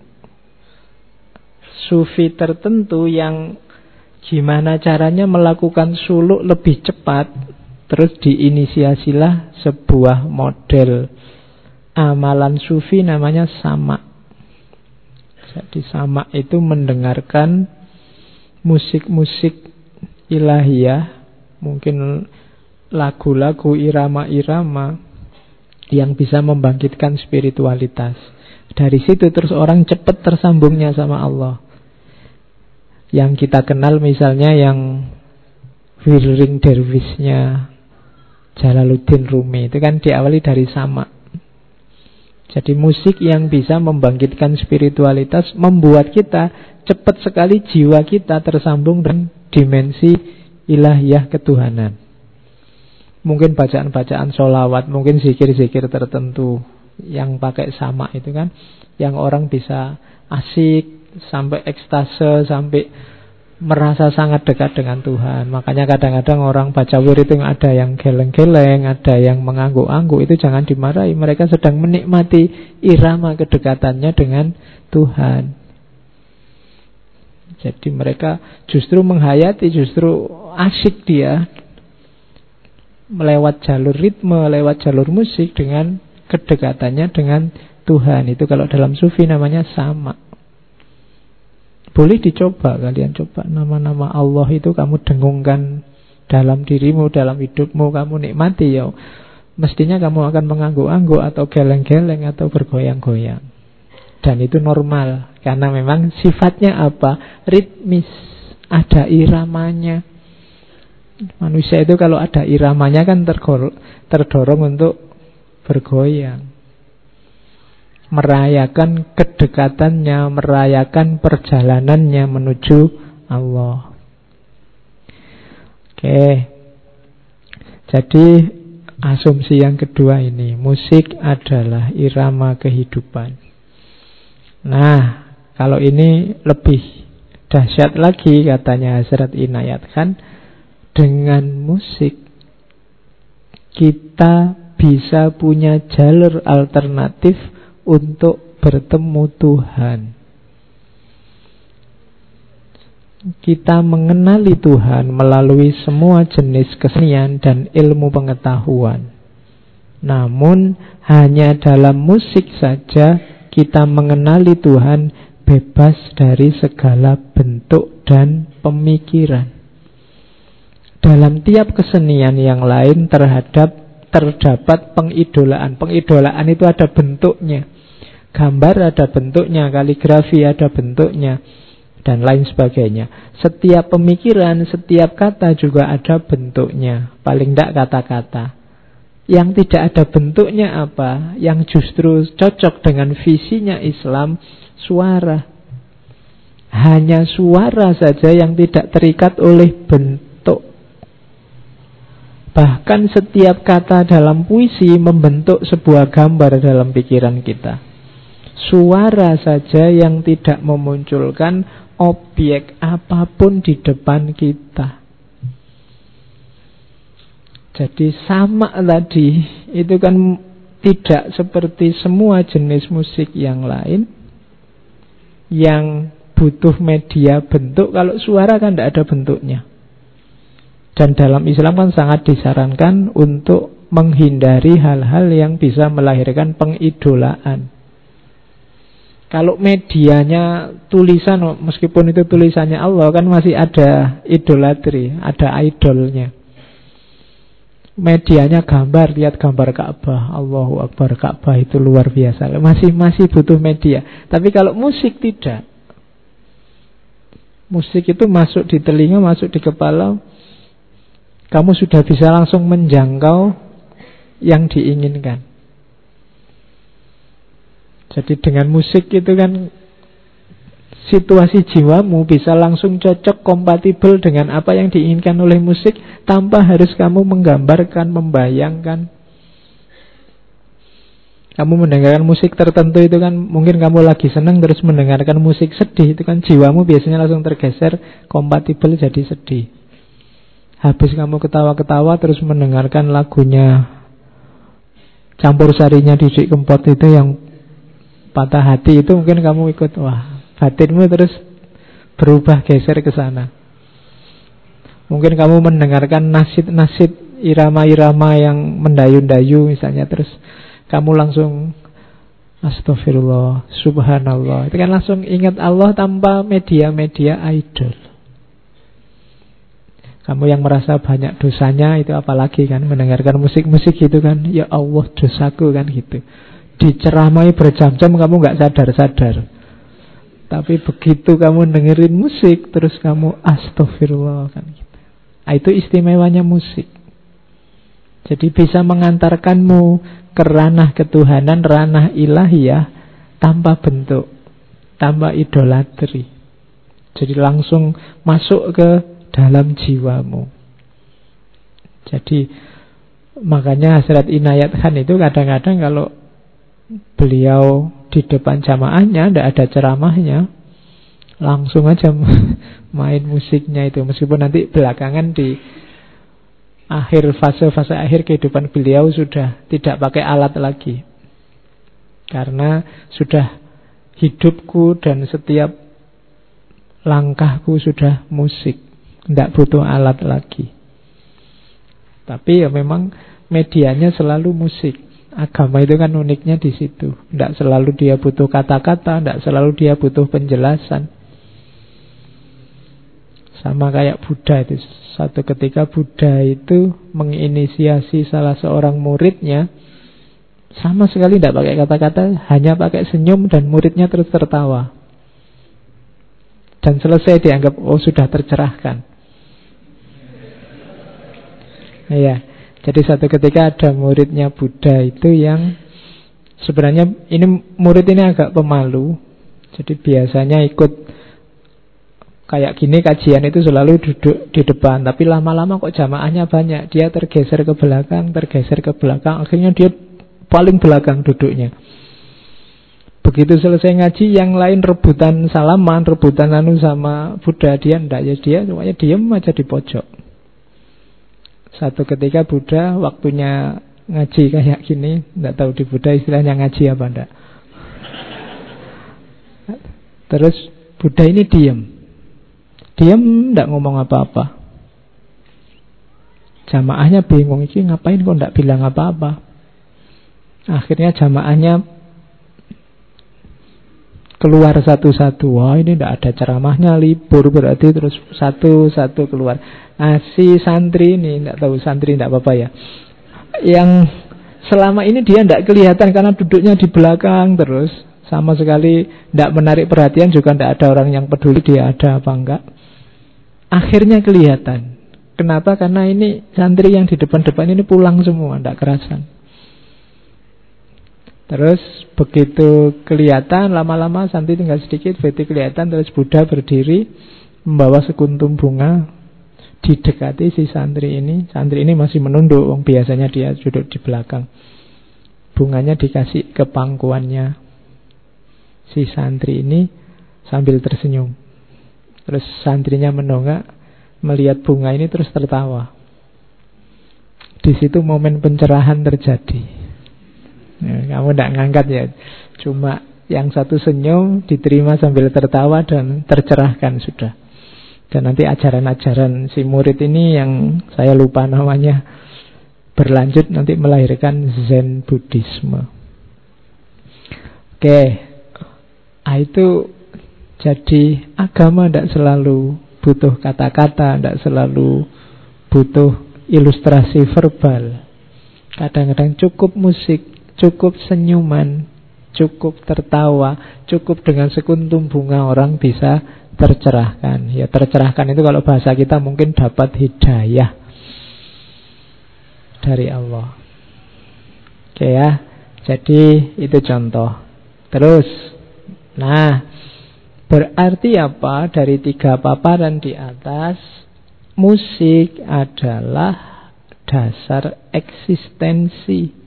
sufi tertentu yang gimana caranya melakukan suluk lebih cepat, terus diinisiasilah sebuah model amalan sufi namanya sama. Jadi sama itu mendengarkan musik-musik ilahiyah, mungkin lagu-lagu irama-irama yang bisa membangkitkan spiritualitas. Dari situ terus orang cepat tersambungnya sama Allah. Yang kita kenal misalnya yang Wiring Derwisnya Jalaluddin Rumi, itu kan diawali dari sama. Jadi musik yang bisa membangkitkan spiritualitas, membuat kita cepat sekali jiwa kita tersambung dengan dimensi ilahiyah ketuhanan. Mungkin bacaan-bacaan sholawat, mungkin zikir-zikir tertentu yang pakai sama itu kan, yang orang bisa asik sampai ekstase, sampai merasa sangat dekat dengan Tuhan. Makanya kadang-kadang orang baca wirid itu ada yang geleng-geleng, ada yang mengangguk-angguk. Itu jangan dimarahi, mereka sedang menikmati irama kedekatannya dengan Tuhan. Jadi mereka justru menghayati, justru asik dia melewat jalur ritme, lewat jalur musik dengan kedekatannya dengan Tuhan. Itu kalau dalam sufi namanya sama. Boleh dicoba, kalian coba nama-nama Allah itu kamu dengungkan dalam dirimu, dalam hidupmu, kamu nikmati ya. Mestinya kamu akan mengangguk-angguk atau geleng-geleng atau bergoyang-goyang. Dan itu normal, karena memang sifatnya apa? Ritmis, ada iramanya. Manusia itu kalau ada iramanya kan terdorong untuk bergoyang, merayakan kedekatannya, merayakan perjalanannya menuju Allah. Oke. Jadi asumsi yang kedua ini, musik adalah irama kehidupan. Nah, kalau ini lebih dahsyat lagi katanya Hazrat Inayat kan, dengan musik kita bisa punya jalur alternatif untuk bertemu Tuhan. Kita mengenali Tuhan melalui semua jenis kesenian dan ilmu pengetahuan. Namun hanya dalam musik saja kita mengenali Tuhan bebas dari segala bentuk dan pemikiran. Dalam tiap kesenian yang lain terhadap terdapat pengidolaan. Pengidolaan itu ada bentuknya. Gambar ada bentuknya, kaligrafi ada bentuknya, dan lain sebagainya. Setiap pemikiran, setiap kata juga ada bentuknya. Paling tidak kata-kata. Yang tidak ada bentuknya apa? Yang justru cocok dengan visinya Islam, suara. Hanya suara saja yang tidak terikat oleh bentuk. Bahkan setiap kata dalam puisi membentuk sebuah gambar dalam pikiran kita. Suara saja yang tidak memunculkan objek apapun di depan kita. Jadi sama tadi, itu kan tidak seperti semua jenis musik yang lain yang butuh media bentuk. Kalau suara kan tidak ada bentuknya. Dan dalam Islam kan sangat disarankan untuk menghindari hal-hal yang bisa melahirkan pengidolaan. Kalau medianya tulisan, meskipun itu tulisannya Allah, kan masih ada idolatri, ada idolnya. Medianya gambar, lihat gambar Ka'bah, Allahu Akbar, Ka'bah itu luar biasa. Masih masih butuh media. Tapi kalau musik tidak. Musik itu masuk di telinga, masuk di kepala, kamu sudah bisa langsung menjangkau yang diinginkan. Jadi dengan musik itu kan situasi jiwamu bisa langsung cocok, kompatibel dengan apa yang diinginkan oleh musik, tanpa harus kamu menggambarkan, membayangkan. Kamu mendengarkan musik tertentu itu kan, mungkin kamu lagi senang terus mendengarkan musik sedih, itu kan jiwamu biasanya langsung tergeser, kompatibel jadi sedih. Habis kamu ketawa-ketawa terus mendengarkan lagunya Campur Sarinya Didi Kempot itu yang Patah Hati, itu mungkin kamu ikut, wah, batinmu terus berubah, geser ke sana. Mungkin kamu mendengarkan nasid-nasid, irama-irama yang mendayu-dayu misalnya, terus kamu langsung astagfirullah, subhanallah. Itu kan langsung ingat Allah tanpa media-media idol. Kamu yang merasa banyak dosanya itu apalagi kan, mendengarkan musik-musik gitu kan, ya Allah dosaku kan gitu. Diceramai berjam-jam kamu gak sadar-sadar. Tapi begitu kamu dengerin musik, terus kamu astagfirullah kan gitu. Nah, itu istimewanya musik. Jadi bisa mengantarkanmu ke ranah ketuhanan, ranah ilahiyah, tanpa bentuk, tanpa idolatri. Jadi langsung masuk ke dalam jiwamu. Jadi makanya Hazrat Inayat Khan itu kadang-kadang kalau beliau di depan jamaahnya, tidak ada ceramahnya, langsung aja main musiknya itu. Meskipun nanti belakangan di akhir fase-fase akhir kehidupan beliau sudah tidak pakai alat lagi, karena sudah hidupku dan setiap langkahku sudah musik, tidak butuh alat lagi. Tapi ya memang medianya selalu musik. Agama itu kan uniknya di situ. Tidak selalu dia butuh kata-kata, tidak selalu dia butuh penjelasan. Sama kayak Buddha itu. Satu ketika Buddha itu menginisiasi salah seorang muridnya, sama sekali tidak pakai kata-kata, hanya pakai senyum dan muridnya terus tertawa. Dan selesai, dianggap oh sudah tercerahkan. Iya. Jadi satu ketika ada muridnya Buddha itu yang sebenarnya ini murid ini agak pemalu. Jadi biasanya ikut kayak gini kajian itu selalu duduk di depan, tapi lama-lama kok jamaahnya banyak, dia tergeser ke belakang, tergeser ke belakang, akhirnya dia paling belakang duduknya. Begitu selesai ngaji, yang lain rebutan salaman, rebutan anu sama Buddha, dia enggak, ya dia semuanya diem aja di pojok. Satu ketika Buddha waktunya ngaji kayak gini, enggak tahu di Buddha istilahnya ngaji apa enggak. Terus Buddha ini diem, diem enggak ngomong apa-apa. Jamaahnya bingung, ini ngapain kok enggak bilang apa-apa. Akhirnya jamaahnya keluar satu-satu. Wah, ini tidak ada ceramahnya, libur berarti, terus satu-satu keluar. Nah, si santri ini, tidak tahu santri tidak apa-apa ya, yang selama ini dia tidak kelihatan karena duduknya di belakang terus, sama sekali tidak menarik perhatian, juga tidak ada orang yang peduli dia ada apa enggak. Akhirnya kelihatan. Kenapa? Karena ini santri yang di depan-depan ini pulang semua, tidak kerasan. Terus begitu kelihatan, lama-lama santri tinggal sedikit, begitu kelihatan, terus Buddha berdiri membawa sekuntum bunga, didekati si santri ini. Santri ini masih menunduk, wong biasanya dia duduk di belakang. Bunganya dikasih ke pangkuannya si santri ini sambil tersenyum. Terus santrinya mendongak, melihat bunga ini terus tertawa. Di situ momen pencerahan terjadi. Ya, kamu tidak ngangkat ya, cuma Yang satu senyum, diterima sambil tertawa dan tercerahkan sudah. Dan nanti ajaran-ajaran si murid ini yang saya lupa namanya, berlanjut nanti melahirkan Zen Buddhisme. Oke, nah, itu jadi agama tidak selalu butuh kata-kata, tidak selalu butuh ilustrasi verbal. Kadang-kadang cukup musik, cukup senyuman, cukup tertawa, cukup dengan sekuntum bunga orang bisa tercerahkan. Ya, tercerahkan itu kalau bahasa kita mungkin dapat hidayah dari Allah. Oke ya, jadi itu contoh. Terus, nah, berarti apa? Dari tiga paparan di atas, musik adalah dasar eksistensi.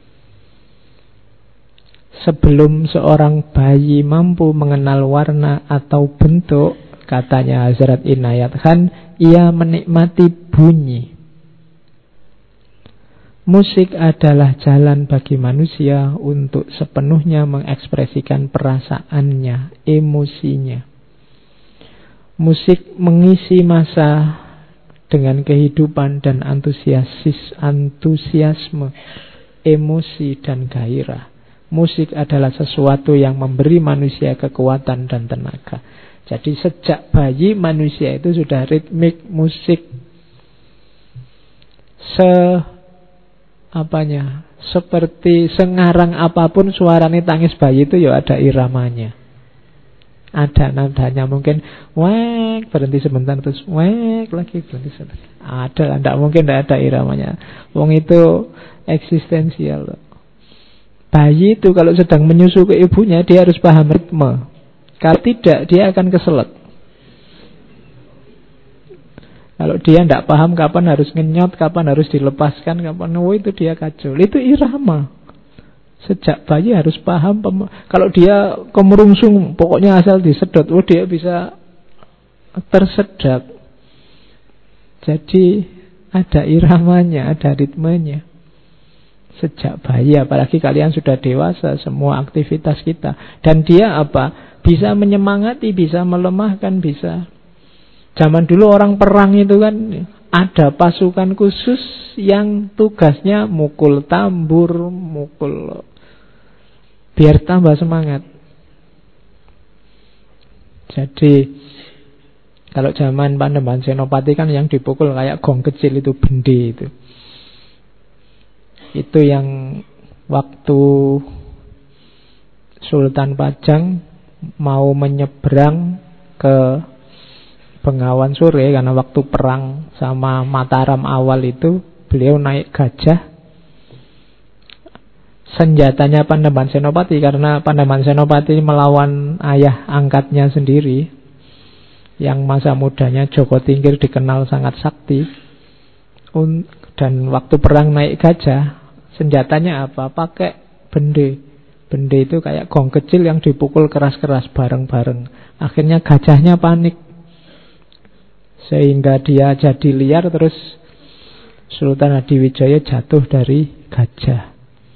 Sebelum seorang bayi mampu mengenal warna atau bentuk, katanya Hazrat Inayat Khan, ia menikmati bunyi. Musik adalah jalan bagi manusia untuk sepenuhnya mengekspresikan perasaannya, emosinya. Musik mengisi masa dengan kehidupan dan antusiasis, antusiasme, emosi dan gairah. Musik adalah sesuatu yang memberi manusia kekuatan dan tenaga. Jadi sejak bayi manusia itu sudah ritmik musik. Se apanya? Seperti sengarang apapun suaranya tangis bayi itu ya ada iramanya. Ada nadanya, mungkin wek berhenti sebentar terus wek lagi berhenti sebentar. Ada, tidak mungkin tidak ada iramanya. Wong itu eksistensial loh. Bayi itu kalau sedang menyusu ke ibunya, dia harus paham ritme. Kalau tidak, dia akan keselak. Kalau dia tidak paham kapan harus ngenyot, kapan harus dilepaskan, kapan, oh itu dia kacau. Itu irama. Sejak bayi harus paham. Kalau dia kemerungsung, pokoknya asal disedot, oh dia bisa tersedot. Jadi ada iramanya, ada ritmenya. Sejak bayi, apalagi kalian sudah dewasa, semua aktivitas kita. Dan dia apa? Bisa menyemangati, bisa melemahkan, bisa. Zaman dulu orang perang itu kan ada pasukan khusus yang tugasnya mukul tambur, mukul biar tambah semangat. Jadi kalau zaman Panembahan Senopati kan yang dipukul kayak gong kecil itu bende itu. Itu yang waktu Sultan Pajang mau menyeberang ke Bengawan Sore, karena waktu perang sama Mataram awal itu beliau naik gajah. Senjatanya Panembahan Senopati, karena Panembahan Senopati melawan ayah angkatnya sendiri yang masa mudanya Joko Tingkir dikenal sangat sakti. Dan waktu perang naik gajah, senjatanya apa? Pakai bende. Bende itu kayak gong kecil yang dipukul keras-keras bareng-bareng. Akhirnya gajahnya panik, sehingga dia jadi liar. Terus Sultan Hadiwijaya jatuh dari gajah.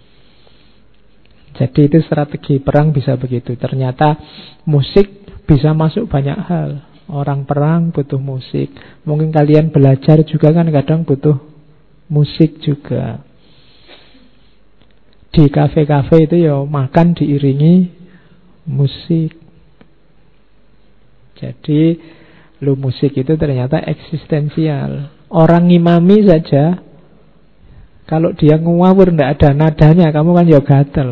Jadi itu strategi perang bisa begitu. Ternyata musik bisa masuk banyak hal. Orang perang butuh musik. Mungkin kalian belajar juga kan kadang butuh musik juga. Di kafe-kafe itu ya makan diiringi musik. Jadi lu musik itu ternyata eksistensial. Orang ngimami saja, kalau dia ngawur ndak ada nadanya, kamu kan ya gatel.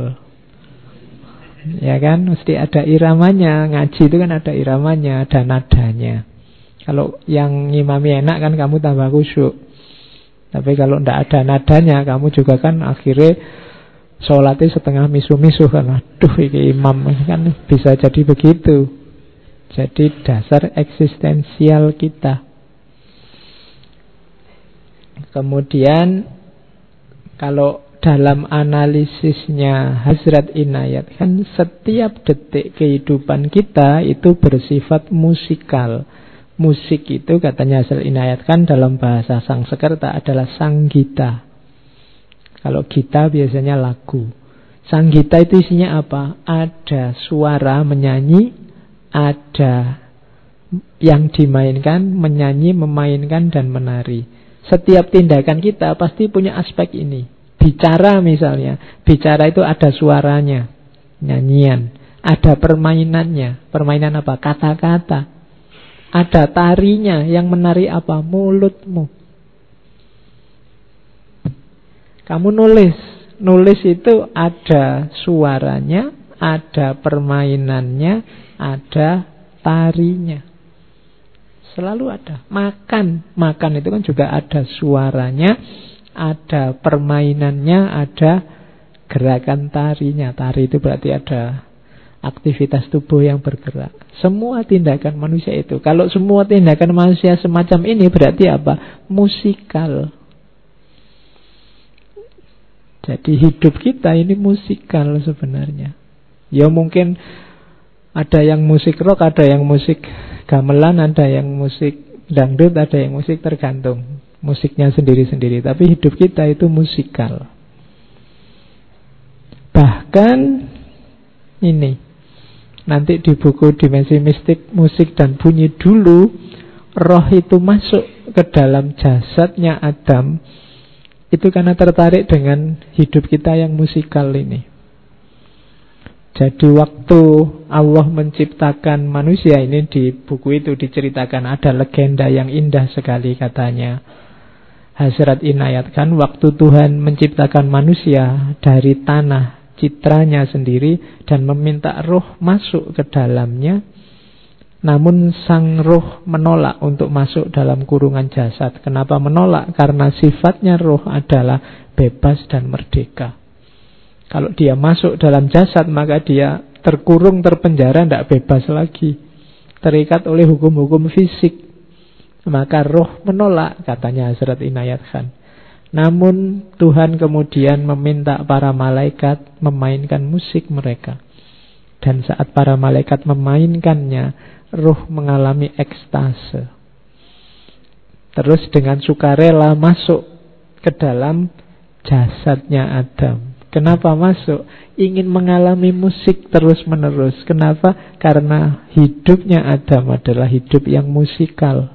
Ya kan, mesti ada iramanya. Ngaji itu kan ada iramanya, ada nadanya. Kalau yang ngimami enak kan kamu tambah khusyuk. Tapi kalau ndak ada nadanya, kamu juga kan akhirnya sholatnya setengah misu-misu kan. Aduh, ini imam kan bisa jadi begitu. Jadi dasar eksistensial kita. Kemudian kalau dalam analisisnya Hazrat Inayat kan setiap detik kehidupan kita itu bersifat musikal. Musik itu katanya Hazrat Inayat kan dalam bahasa Sangskerta adalah sanggita. Kalau gita biasanya lagu. Sanggita itu isinya apa? Ada suara menyanyi, ada yang dimainkan, menyanyi, memainkan, dan menari. Setiap tindakan kita pasti punya aspek ini. Bicara misalnya, bicara itu ada suaranya, nyanyian. Ada permainannya. Permainan apa? Kata-kata. Ada tarinya. Yang menari apa? Mulutmu. Kamu nulis. Nulis itu ada suaranya, ada permainannya, ada tarinya. Selalu ada. Makan. Makan itu kan juga ada suaranya, ada permainannya, ada gerakan tarinya. Tari itu berarti ada aktivitas tubuh yang bergerak. Semua tindakan manusia itu. Kalau semua tindakan manusia semacam ini berarti apa? Musikal. Jadi hidup kita ini musikal sebenarnya. Ya mungkin ada yang musik rock, ada yang musik gamelan, ada yang musik dangdut, ada yang musik, tergantung musiknya sendiri-sendiri. Tapi hidup kita itu musikal. Bahkan ini nanti di buku Dimensi Mistik Musik dan Bunyi dulu, roh itu masuk ke dalam jasadnya Adam itu karena tertarik dengan hidup kita yang musikal ini. Jadi waktu Allah menciptakan manusia ini, di buku itu diceritakan ada legenda yang indah sekali katanya. Hazrat inayatkan waktu Tuhan menciptakan manusia dari tanah citranya sendiri dan meminta roh masuk ke dalamnya, namun sang roh menolak untuk masuk dalam kurungan jasad. Kenapa menolak? Karena sifatnya roh adalah bebas dan merdeka. Kalau dia masuk dalam jasad, maka dia terkurung, terpenjara, tidak bebas lagi, terikat oleh hukum-hukum fisik. Maka roh menolak, katanya Hazrat Inayat Khan. Namun Tuhan kemudian meminta para malaikat memainkan musik mereka. Dan saat para malaikat memainkannya, roh mengalami ekstase. Terus dengan sukarela masuk ke dalam jasadnya Adam. Kenapa masuk? Ingin mengalami musik terus-menerus. Kenapa? Karena hidupnya Adam adalah hidup yang musikal.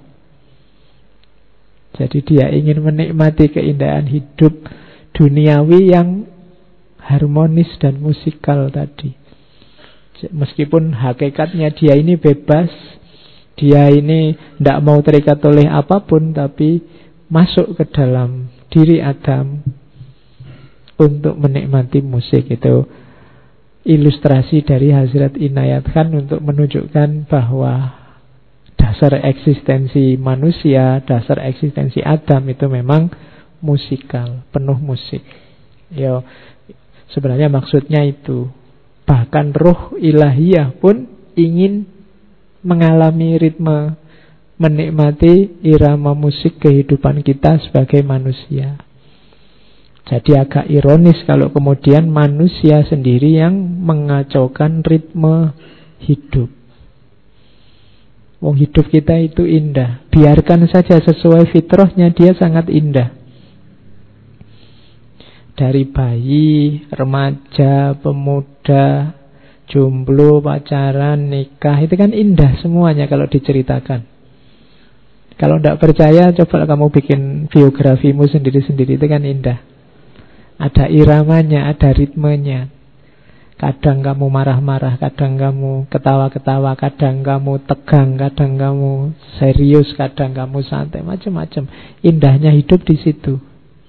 Jadi dia ingin menikmati keindahan hidup duniawi yang harmonis dan musikal tadi. Meskipun hakikatnya dia ini bebas, dia ini tidak mau terikat oleh apapun, tapi masuk ke dalam diri Adam untuk menikmati musik. Itu ilustrasi dari Hazrat Inayat Khan untuk menunjukkan bahwa dasar eksistensi manusia, dasar eksistensi Adam itu memang musikal, penuh musik. Ya, sebenarnya maksudnya itu. Bahkan roh ilahiyah pun ingin mengalami ritme, menikmati irama musik kehidupan kita sebagai manusia. Jadi agak ironis kalau kemudian manusia sendiri yang mengacaukan ritme hidup. Wong hidup kita itu indah. Biarkan saja sesuai fitrahnya, dia sangat indah. Dari bayi, remaja, pemuda, jomblo, pacaran, nikah, itu kan indah semuanya kalau diceritakan. Kalau tidak percaya, coba kamu bikin biografimu sendiri-sendiri, itu kan indah. Ada iramanya, ada ritmenya. Kadang kamu marah-marah, kadang kamu ketawa-ketawa, kadang kamu tegang, kadang kamu serius, kadang kamu santai, macam-macam. Indahnya hidup di situ.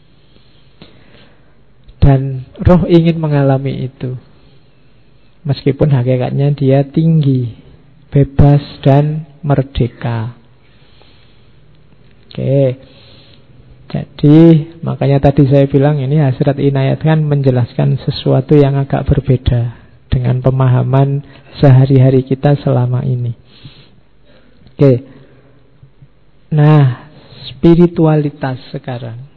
Dan roh ingin mengalami itu. Meskipun hakikatnya dia tinggi, bebas dan merdeka. Oke. Jadi makanya tadi saya bilang ini Hazrat Inayat Khan menjelaskan sesuatu yang agak berbeda dengan pemahaman sehari-hari kita selama ini. Oke. Nah, spiritualitas sekarang.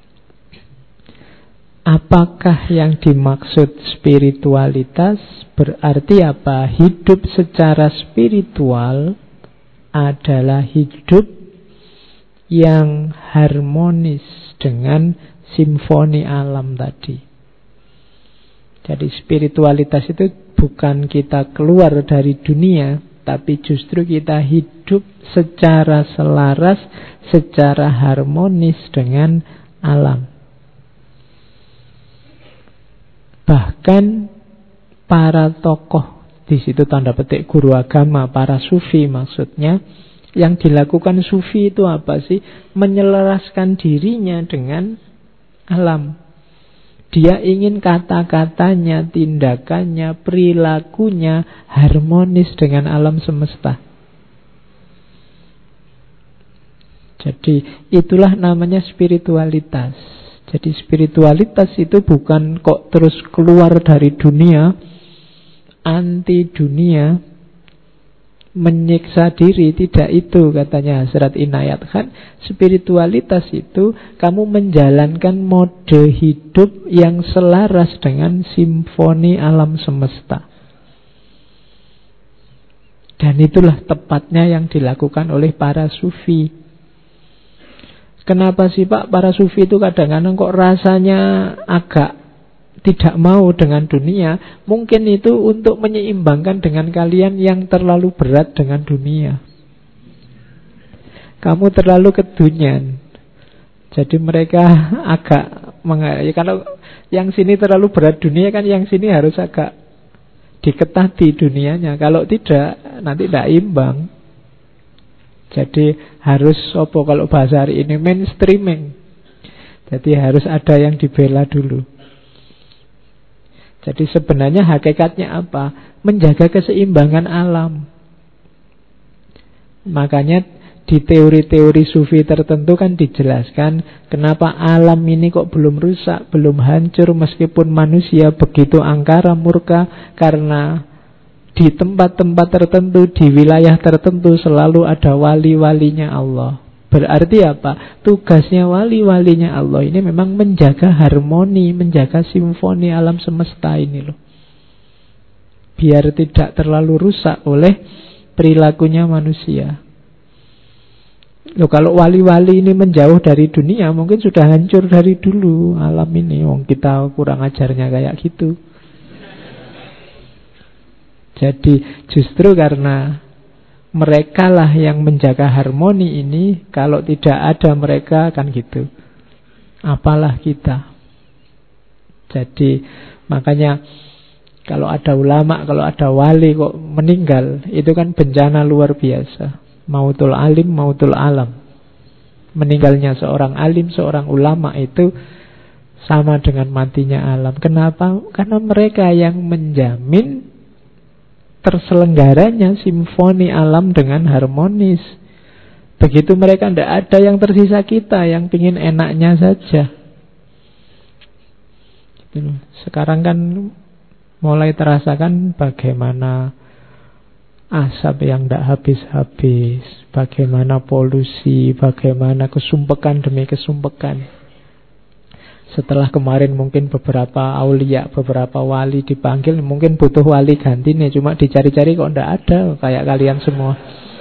Apakah yang dimaksud spiritualitas? Berarti apa? Hidup secara spiritual adalah hidup yang harmonis dengan simfoni alam tadi. Jadi spiritualitas itu bukan kita keluar dari dunia, tapi justru kita hidup secara selaras, secara harmonis dengan alam. Bahkan para tokoh, di situ tanda petik guru agama, para sufi maksudnya, yang dilakukan sufi itu apa sih? Menyelaraskan dirinya dengan alam. Dia ingin kata-katanya, tindakannya, perilakunya harmonis dengan alam semesta. Jadi itulah namanya spiritualitas. Jadi spiritualitas itu bukan kok terus keluar dari dunia, anti dunia, menyiksa diri. Tidak itu katanya Hazrat Inayat Khan. Spiritualitas itu kamu menjalankan mode hidup yang selaras dengan simfoni alam semesta. Dan itulah tepatnya yang dilakukan oleh para sufi. Kenapa sih Pak para sufi itu kadang-kadang kok rasanya agak tidak mau dengan dunia? Mungkin itu untuk menyeimbangkan dengan kalian yang terlalu berat dengan dunia. Kamu terlalu kedunian. Jadi mereka agak meng- ya kalau yang sini terlalu berat dunia kan yang sini harus agak diketati dunianya. Kalau tidak nanti tidak imbang. Jadi harus apa kalau bahasa hari ini mainstreaming. Jadi harus ada yang dibela dulu. Jadi sebenarnya hakikatnya apa? Menjaga keseimbangan alam. Makanya di teori-teori sufi tertentu kan dijelaskan kenapa alam ini kok belum rusak, belum hancur meskipun manusia begitu angkara murka. Karena di tempat-tempat tertentu, di wilayah tertentu selalu ada wali-walinya Allah. Berarti apa? Tugasnya wali-walinya Allah ini memang menjaga harmoni, menjaga simfoni alam semesta ini loh. Biar tidak terlalu rusak oleh perilakunya manusia. Loh, kalau wali-wali ini menjauh dari dunia, mungkin sudah hancur dari dulu alam ini. Wong kita kurang ajarnya kayak gitu. Jadi justru karena mereka lah yang menjaga harmoni ini, kalau tidak ada mereka kan gitu. Apalah kita. Jadi makanya kalau ada ulama, kalau ada wali kok meninggal, itu kan bencana luar biasa. Mautul alim, mautul alam. Meninggalnya seorang alim, seorang ulama itu sama dengan matinya alam. Kenapa? Karena mereka yang menjamin terselenggaranya simfoni alam dengan harmonis. Begitu mereka tidak ada, yang tersisa kita yang pingin enaknya saja. Sekarang kan mulai terasakan bagaimana asap yang tidak habis-habis, bagaimana polusi, bagaimana kesumpekan demi kesumpekan. Setelah kemarin mungkin beberapa aulia, beberapa wali dipanggil, mungkin butuh wali ganti nih, cuma dicari-cari kok tidak ada, kayak kalian semua.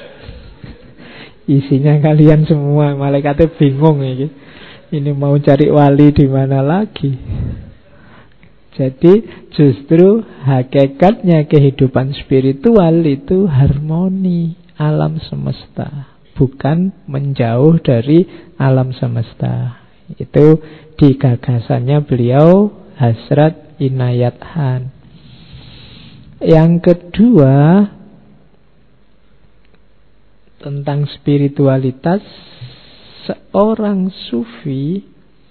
Isinya kalian semua, malaikatnya bingung ini. Ini mau cari wali di mana lagi? Jadi justru hakikatnya kehidupan spiritual itu harmoni alam semesta, bukan menjauh dari alam semesta. Itu di gagasannya beliau Hazrat Inayat Khan. Yang kedua, tentang spiritualitas, seorang sufi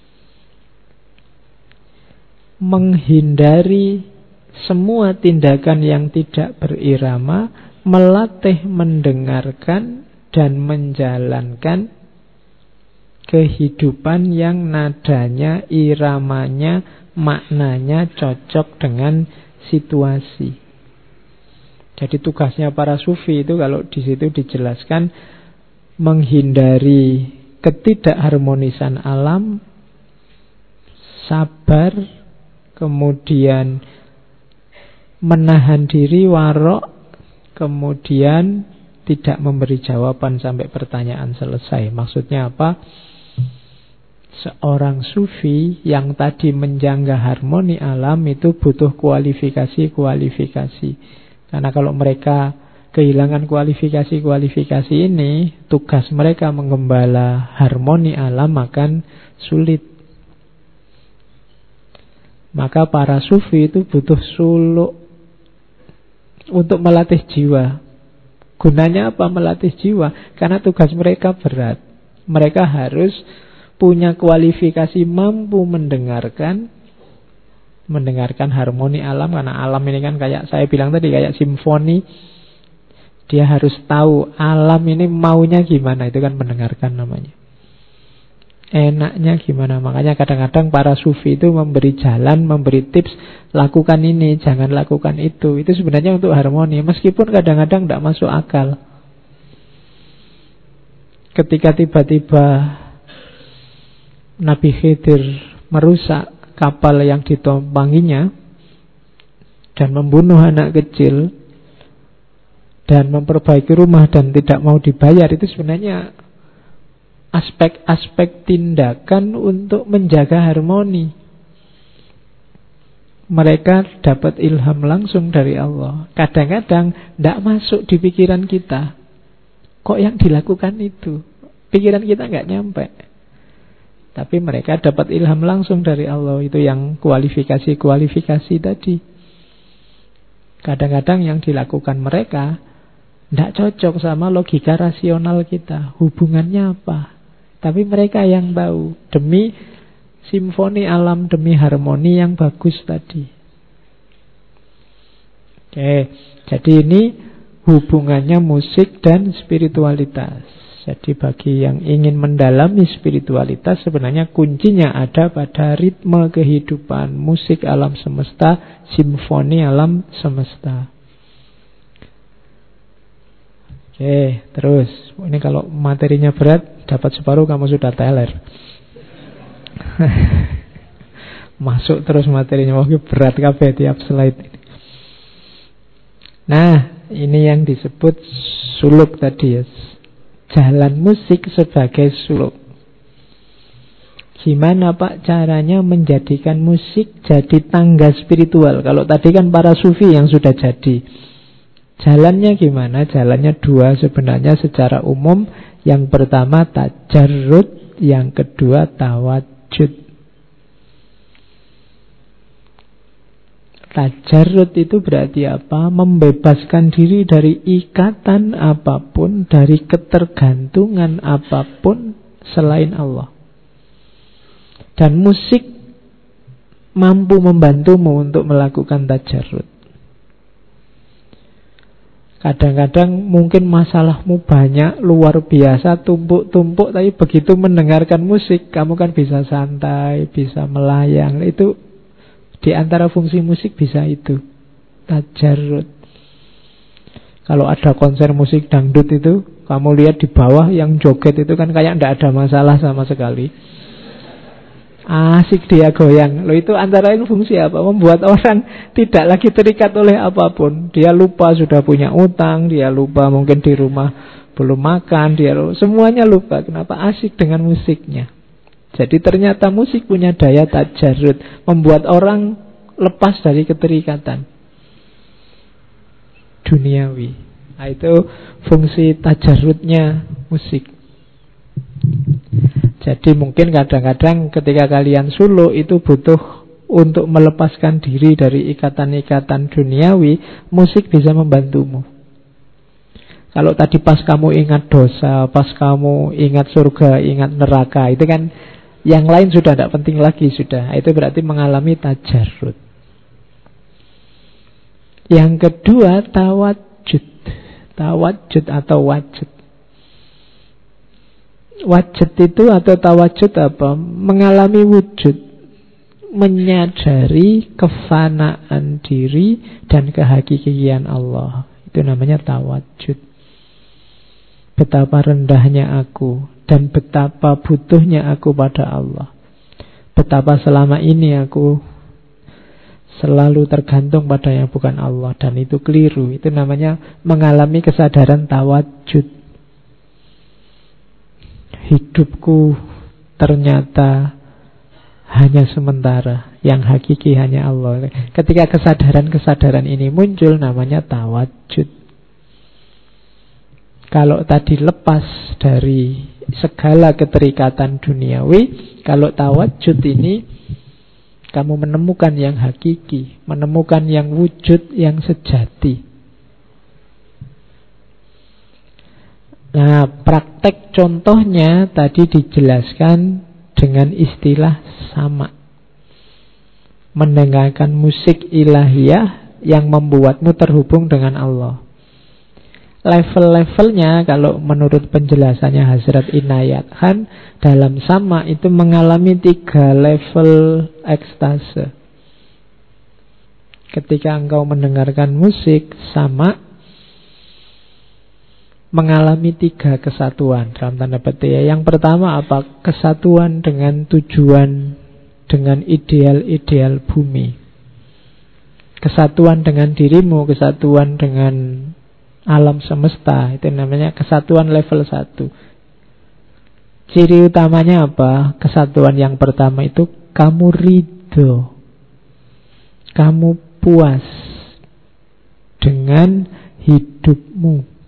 menghindari semua tindakan yang tidak berirama, melatih mendengarkan dan menjalankan kehidupan yang nadanya, iramanya, maknanya cocok dengan situasi. Jadi tugasnya para sufi itu kalau di situ dijelaskan menghindari ketidakharmonisan alam, sabar, kemudian menahan diri, warok, kemudian tidak memberi jawaban sampai pertanyaan selesai. Maksudnya apa? Seorang sufi yang tadi menjaga harmoni alam itu butuh kualifikasi-kualifikasi. Karena kalau mereka kehilangan kualifikasi-kualifikasi ini, tugas mereka menggembala harmoni alam akan sulit. Maka para sufi itu butuh suluk untuk melatih jiwa. Gunanya apa melatih jiwa? Karena tugas mereka berat. Mereka harus punya kualifikasi mampu mendengarkan mendengarkan harmoni alam. Karena alam ini kan kayak saya bilang tadi, kayak simfoni. Dia harus tahu alam ini maunya gimana. Itu kan mendengarkan namanya. Enaknya gimana. Makanya kadang-kadang para sufi itu memberi jalan, memberi tips, lakukan ini, jangan lakukan itu. Itu sebenarnya untuk harmoni. Meskipun kadang-kadang tidak masuk akal. Ketika tiba-tiba Nabi Khidir merusak kapal yang ditumpanginya dan membunuh anak kecil dan memperbaiki rumah dan tidak mau dibayar, itu sebenarnya aspek-aspek tindakan untuk menjaga harmoni. Mereka dapat ilham langsung dari Allah. Kadang-kadang tidak masuk di pikiran kita. Kok yang dilakukan itu? Pikiran kita nggak nyampe. Tapi mereka dapat ilham langsung dari Allah. Itu yang kualifikasi-kualifikasi tadi. Kadang-kadang yang dilakukan mereka tidak cocok sama logika rasional kita. Hubungannya apa? Tapi mereka yang tahu. Demi simfoni alam, demi harmoni yang bagus tadi. Oke, jadi ini hubungannya musik dan spiritualitas. Jadi bagi yang ingin mendalami spiritualitas, sebenarnya kuncinya ada pada ritme kehidupan, musik alam semesta, simfoni alam semesta. Oke, terus ini kalau materinya berat, dapat separuh kamu sudah teler. Masuk terus materinya, wah berat kabeh tiap slide ini. Nah, ini yang disebut suluk tadi ya. Jalan musik sebagai suluk. Gimana Pak caranya menjadikan musik jadi tangga spiritual? Kalau tadi kan para sufi yang sudah jadi. Jalannya gimana? Jalannya dua sebenarnya secara umum. Yang pertama tajarrud, yang kedua tawajud. Tajarrud itu berarti apa? Membebaskan diri dari ikatan apapun, dari ketergantungan apapun selain Allah. Dan musik mampu membantumu untuk melakukan tajarrud. Kadang-kadang mungkin masalahmu banyak, luar biasa, tumpuk-tumpuk, tapi begitu mendengarkan musik, kamu kan bisa santai, bisa melayang. Itu di antara fungsi musik bisa itu, tajarrud. Kalau ada konser musik dangdut itu, kamu lihat di bawah yang joget itu kan kayak tidak ada masalah sama sekali. Asik dia goyang. Loh, itu antara itu fungsi apa? Membuat orang tidak lagi terikat oleh apapun. Dia lupa sudah punya utang, dia lupa mungkin di rumah belum makan, dia lupa. Semuanya lupa. Kenapa? Asik dengan musiknya. Jadi ternyata musik punya daya tajarrud, membuat orang lepas dari keterikatan duniawi. Nah, itu fungsi tajarrudnya musik. Jadi mungkin kadang-kadang ketika kalian suluk itu butuh untuk melepaskan diri dari ikatan-ikatan duniawi, musik bisa membantumu. Kalau tadi pas kamu ingat dosa, pas kamu ingat surga, ingat neraka, itu kan yang lain sudah tidak penting lagi sudah. Itu berarti mengalami tajarrud. Yang kedua tawajud. Tawajud atau wajud. Wajud itu atau tawajud apa? Mengalami wujud, menyadari kefanaan diri dan kehakikian Allah. Itu namanya tawajud. Betapa rendahnya aku dan betapa butuhnya aku pada Allah. Betapa selama ini aku selalu tergantung pada yang bukan Allah, dan itu keliru. Itu namanya mengalami kesadaran tawajud. Hidupku ternyata hanya sementara, yang hakiki hanya Allah. Ketika kesadaran-kesadaran ini muncul, namanya tawajud. Kalau tadi lepas dari segala keterikatan duniawi, kalau tawajud ini kamu menemukan yang hakiki, menemukan yang wujud, yang sejati. Nah, praktek contohnya tadi dijelaskan dengan istilah sama. Mendengarkan musik ilahiyah yang membuatmu terhubung dengan Allah. Level-levelnya kalau menurut penjelasannya Hazrat Inayat Khan, dalam sama itu mengalami tiga level ekstase. Ketika engkau mendengarkan musik sama, mengalami tiga kesatuan dalam tanda petik. Yang pertama apa? Kesatuan dengan tujuan, dengan ideal-ideal bumi. Kesatuan dengan dirimu, kesatuan dengan alam semesta. Itu namanya kesatuan level satu. Ciri utamanya apa? Kesatuan yang pertama itu kamu ridho, kamu puas dengan hidupmu.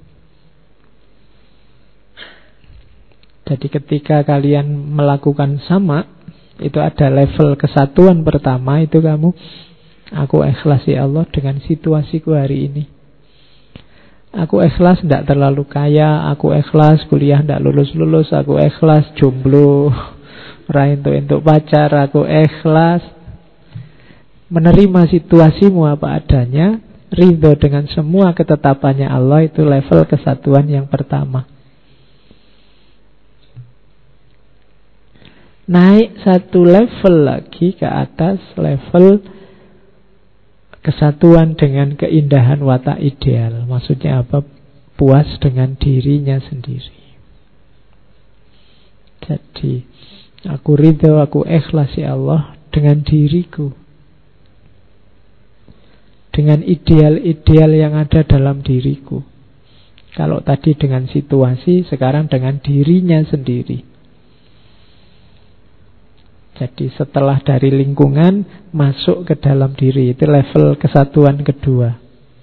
Jadi ketika kalian melakukan sama, itu ada level kesatuan pertama, itu kamu, aku ikhlas ya Allah dengan situasiku hari ini. Aku ikhlas tidak terlalu kaya, aku ikhlas kuliah tidak lulus-lulus, aku ikhlas jomblo, raih untuk pacar, aku ikhlas menerima situasimu apa adanya, ridho dengan semua ketetapannya Allah. Itu level kesatuan yang pertama. Naik satu level lagi ke atas, level kesatuan dengan keindahan watak ideal. Maksudnya apa? Puas dengan dirinya sendiri. Jadi aku ridho, aku ikhlas ya Allah dengan diriku, dengan ideal-ideal yang ada dalam diriku. Kalau tadi dengan situasi, sekarang dengan dirinya sendiri. Jadi setelah dari lingkungan masuk ke dalam diri, itu level kesatuan kedua.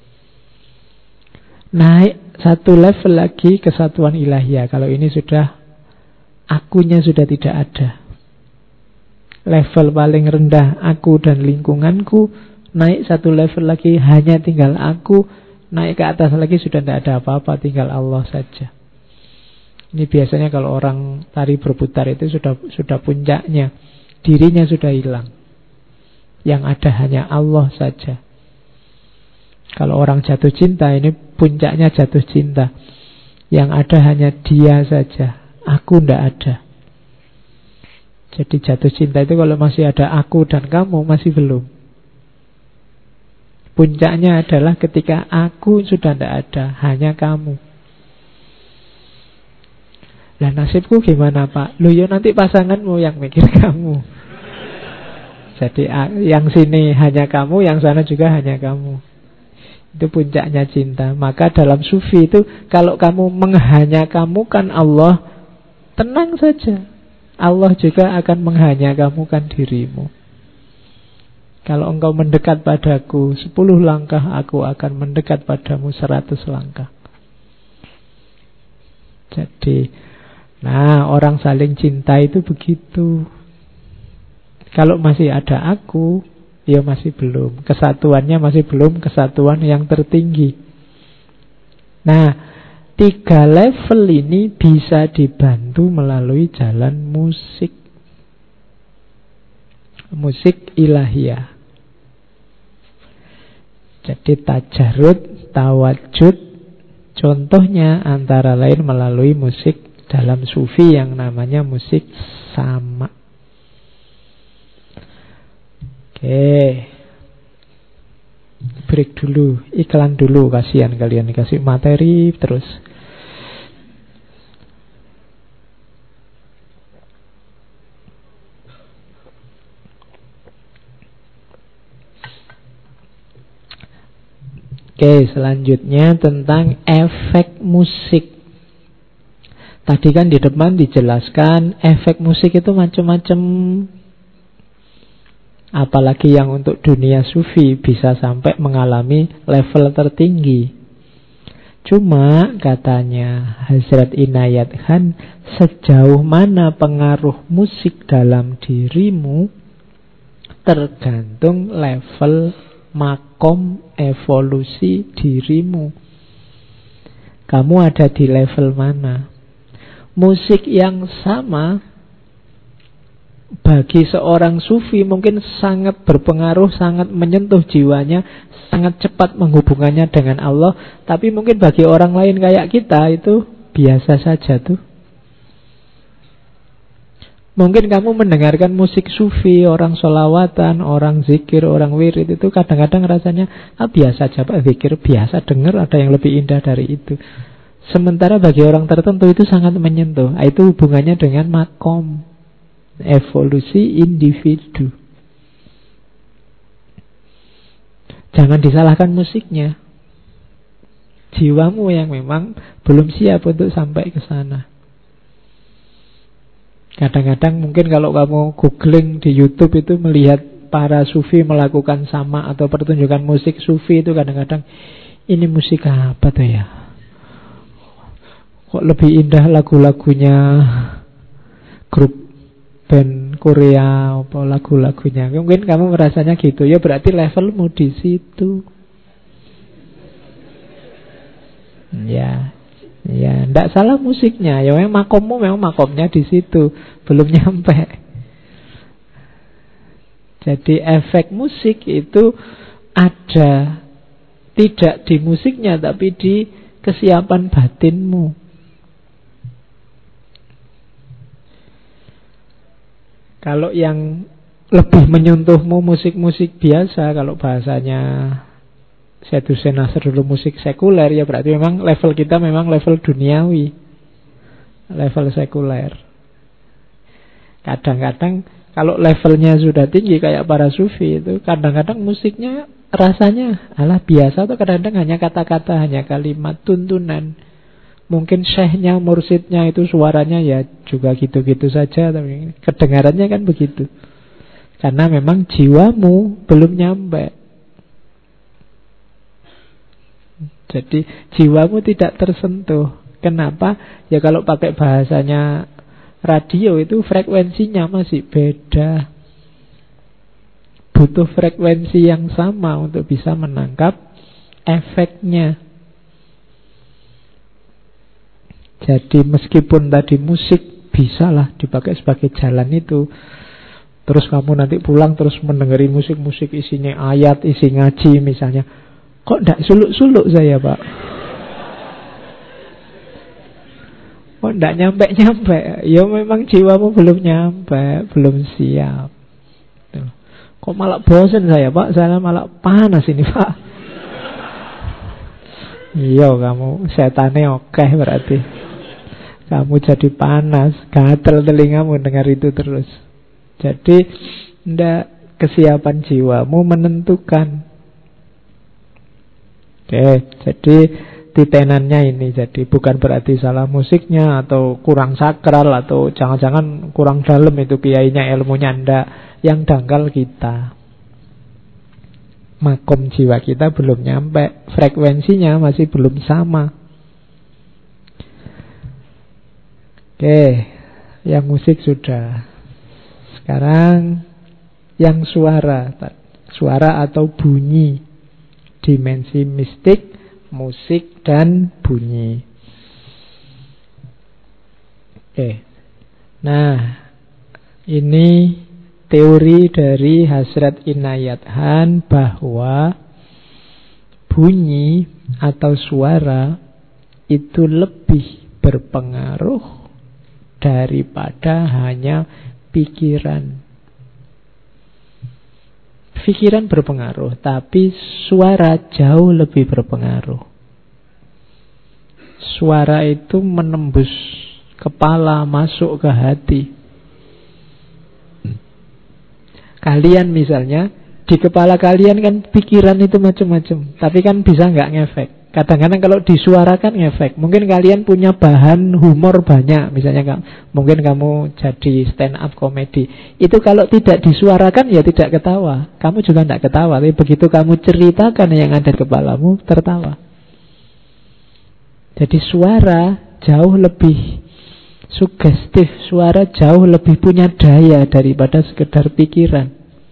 Naik satu level lagi, kesatuan ilahiyah. Kalau ini sudah akunya sudah tidak ada. Level paling rendah aku dan lingkunganku. Naik satu level lagi, hanya tinggal aku. Naik ke atas lagi sudah tidak ada apa-apa, tinggal Allah saja. Ini biasanya kalau orang tari berputar itu sudah sudah puncaknya. Dirinya sudah hilang. Yang ada hanya Allah saja. Kalau orang jatuh cinta, ini puncaknya jatuh cinta. Yang ada hanya dia saja. Aku tidak ada. Jadi jatuh cinta itu kalau masih ada aku dan kamu, masih belum. Puncaknya adalah ketika aku sudah tidak ada, hanya kamu. Lah nasibku gimana Pak? Loh ya nanti pasanganmu yang mikir kamu. Jadi yang sini hanya kamu, yang sana juga hanya kamu. Itu puncaknya cinta. Maka dalam sufi itu, kalau kamu menghanyakamukan Allah, tenang saja, Allah juga akan menghanyakamukan dirimu. Kalau engkau mendekat padaku sepuluh langkah, aku akan mendekat padamu seratus langkah. Jadi nah, orang saling cinta itu begitu. Kalau masih ada aku, ya masih belum. Kesatuannya masih belum kesatuan yang tertinggi. Nah, tiga level ini bisa dibantu melalui jalan musik. Musik ilahiyah. Jadi tajarud, tawajud, contohnya antara lain melalui musik dalam sufi yang namanya musik sama. Oke, break dulu, iklan dulu. Kasihan kalian dikasih materi terus. Oke, selanjutnya tentang efek musik. Tadi kan di depan dijelaskan efek musik itu macam-macam. Apalagi yang untuk dunia sufi bisa sampai mengalami level tertinggi. Cuma katanya Hazrat Inayat Khan, sejauh mana pengaruh musik dalam dirimu tergantung level makom evolusi dirimu. Kamu ada di level mana? Musik yang sama bagi seorang sufi mungkin sangat berpengaruh, sangat menyentuh jiwanya, sangat cepat menghubungannya dengan Allah. Tapi mungkin bagi orang lain kayak kita itu biasa saja tuh. Mungkin kamu mendengarkan musik sufi, orang sholawatan, orang zikir, orang wirid, itu kadang-kadang rasanya ah, biasa aja Pak, zikir biasa, dengar ada yang lebih indah dari itu. Sementara bagi orang tertentu itu sangat menyentuh. Itu hubungannya dengan makom evolusi individu. Jangan disalahkan musiknya. Jiwamu yang memang belum siap untuk sampai ke sana. Kadang-kadang mungkin kalau kamu googling di YouTube itu melihat para sufi melakukan sama atau pertunjukan musik sufi itu kadang-kadang ini musik apa tuh ya? Kok lebih indah lagu-lagunya grup band Korea apa lagu-lagunya. Mungkin kamu merasanya gitu. Ya berarti levelmu di situ. Ya. Ya, ndak salah musiknya. Ya memang makommu memang makomnya di situ. Belum nyampe. Jadi efek musik itu ada tidak di musiknya tapi di kesiapan batinmu. Kalau yang lebih menyentuhmu musik-musik biasa, kalau bahasanya Syedhusen Nasrullah musik sekuler, ya berarti memang level kita memang level duniawi, level sekuler. Kadang-kadang kalau levelnya sudah tinggi kayak para sufi itu, kadang-kadang musiknya rasanya alah biasa, atau kadang-kadang hanya kata-kata, hanya kalimat, tuntunan. Mungkin syekhnya, mursidnya itu suaranya ya juga gitu-gitu saja, tapi kedengarannya kan begitu. Karena memang jiwamu belum nyampe. Jadi jiwamu tidak tersentuh. Kenapa? Ya kalau pakai bahasanya radio itu frekuensinya masih beda. Butuh frekuensi yang sama untuk bisa menangkap efeknya. Jadi meskipun tadi musik bisalah dipakai sebagai jalan itu, terus kamu nanti pulang terus mendengari musik-musik isinya ayat, isi ngaji misalnya, kok ndak suluk-suluk saya Pak? Kok ndak nyampe-nyampe? Ya memang jiwamu belum nyampe, belum siap. Tuh. Kok malah bosan saya Pak? Saya malah panas ini Pak. Iya kamu setannya oke berarti. Kamu jadi panas, gatel telingamu dengar itu terus. Jadi ndak kesiapan jiwamu menentukan. Oke, jadi titenannya ini. Jadi bukan berarti salah musiknya atau kurang sakral atau jangan-jangan kurang dalam itu kiainya, ilmunya ndak. Yang dangkal kita. Makom jiwa kita belum nyampe, frekuensinya masih belum sama. Oke, yang musik sudah. Sekarang yang suara, suara atau bunyi, dimensi mistik, musik dan bunyi. Oke, nah ini teori dari Hazrat Inayat Khan bahwa bunyi atau suara itu lebih berpengaruh daripada hanya pikiran. Pikiran berpengaruh, tapi suara jauh lebih berpengaruh. Suara itu menembus kepala, masuk ke hati. Kalian misalnya, di kepala kalian kan pikiran itu macam-macam, tapi kan bisa nggak ngefek. Kadang-kadang kalau disuarakan ngefek. Mungkin kalian punya bahan humor banyak. Misalnya mungkin kamu jadi stand up komedi. Itu kalau tidak disuarakan ya tidak ketawa. Kamu juga tidak ketawa. Tapi begitu kamu ceritakan yang ada di kepalamu, tertawa. Jadi suara jauh lebih sugestif. Suara jauh lebih punya daya daripada sekedar pikiran.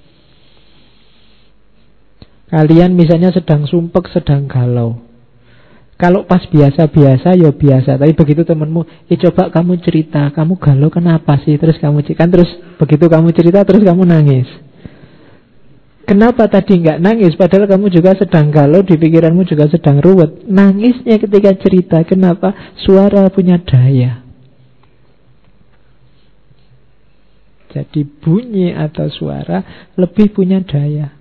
Kalian misalnya sedang sumpek, sedang galau. Kalau pas biasa-biasa ya biasa. Tapi begitu temanmu, eh coba kamu cerita, kamu galau kenapa sih? Terus kamu cerita, terus begitu kamu cerita terus kamu nangis. Kenapa tadi nggak nangis? Padahal kamu juga sedang galau, di pikiranmu juga sedang ruwet. Nangisnya ketika cerita. Kenapa? Suara punya daya. Jadi bunyi atau suara lebih punya daya.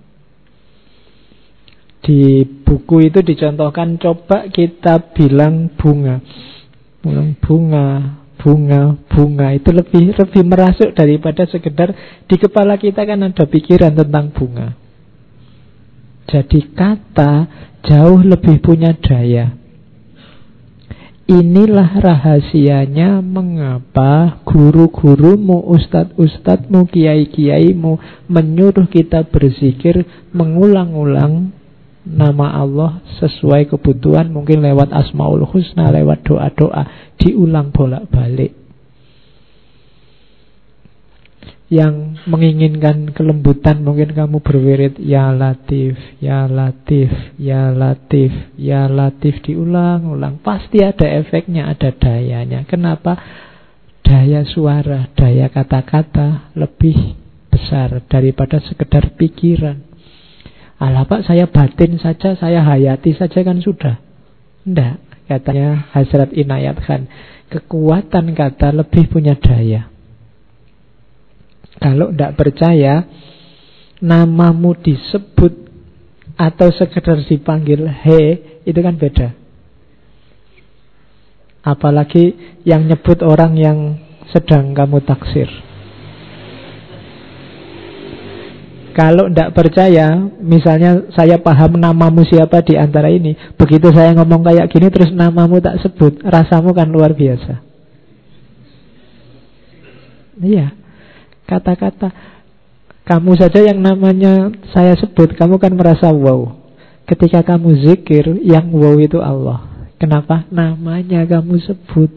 Di buku itu dicontohkan, coba kita bilang bunga. Bilang bunga, bunga, bunga. Itu lebih lebih merasuk daripada sekedar di kepala kita kan ada pikiran tentang bunga. Jadi kata jauh lebih punya daya. Inilah rahasianya mengapa guru-gurumu, ustadz-ustadzmu, kiai-kiaimu menyuruh kita berzikir mengulang-ulang nama Allah sesuai kebutuhan, mungkin lewat Asmaul Husna, lewat doa-doa, diulang bolak-balik. Yang menginginkan kelembutan, mungkin kamu berwirid Ya Latif, Ya Latif, Ya Latif, Ya Latif, diulang-ulang. Pasti ada efeknya, ada dayanya. Kenapa? Daya suara, daya kata-kata lebih besar daripada sekedar pikiran. Alah Pak, saya batin saja, saya hayati saja kan sudah. Tidak, katanya Hazrat Inayat Khan, kekuatan kata lebih punya daya. Kalau tidak percaya, namamu disebut atau sekedar dipanggil he, itu kan beda. Apalagi yang nyebut orang yang sedang kamu taksir. Kalau tidak percaya, misalnya saya paham namamu siapa di antara ini, begitu saya ngomong kayak gini terus namamu tak sebut, rasamu kan luar biasa. Iya, kata-kata kamu saja yang namanya saya sebut, kamu kan merasa wow. Ketika kamu zikir, yang wow itu Allah. Kenapa? Namanya kamu sebut.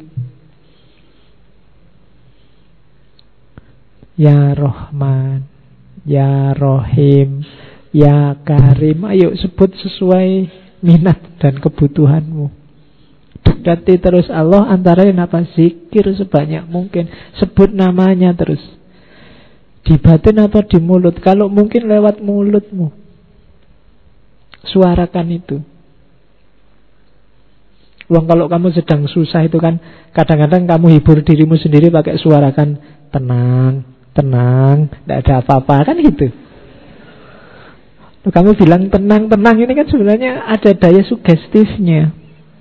Ya Rahman, Ya Rohim, Ya Karim. Ayo sebut sesuai minat dan kebutuhanmu. Dekati terus Allah, antara lain apa? Zikir sebanyak mungkin. Sebut namanya terus. Di batin atau di mulut? Kalau mungkin lewat mulutmu, suarakan itu. Wong kalau kamu sedang susah itu kan, kadang-kadang kamu hibur dirimu sendiri pakai suarakan tenang, tenang, tidak ada apa-apa, kan gitu. Kamu bilang tenang-tenang ini kan sebenarnya ada daya sugestifnya.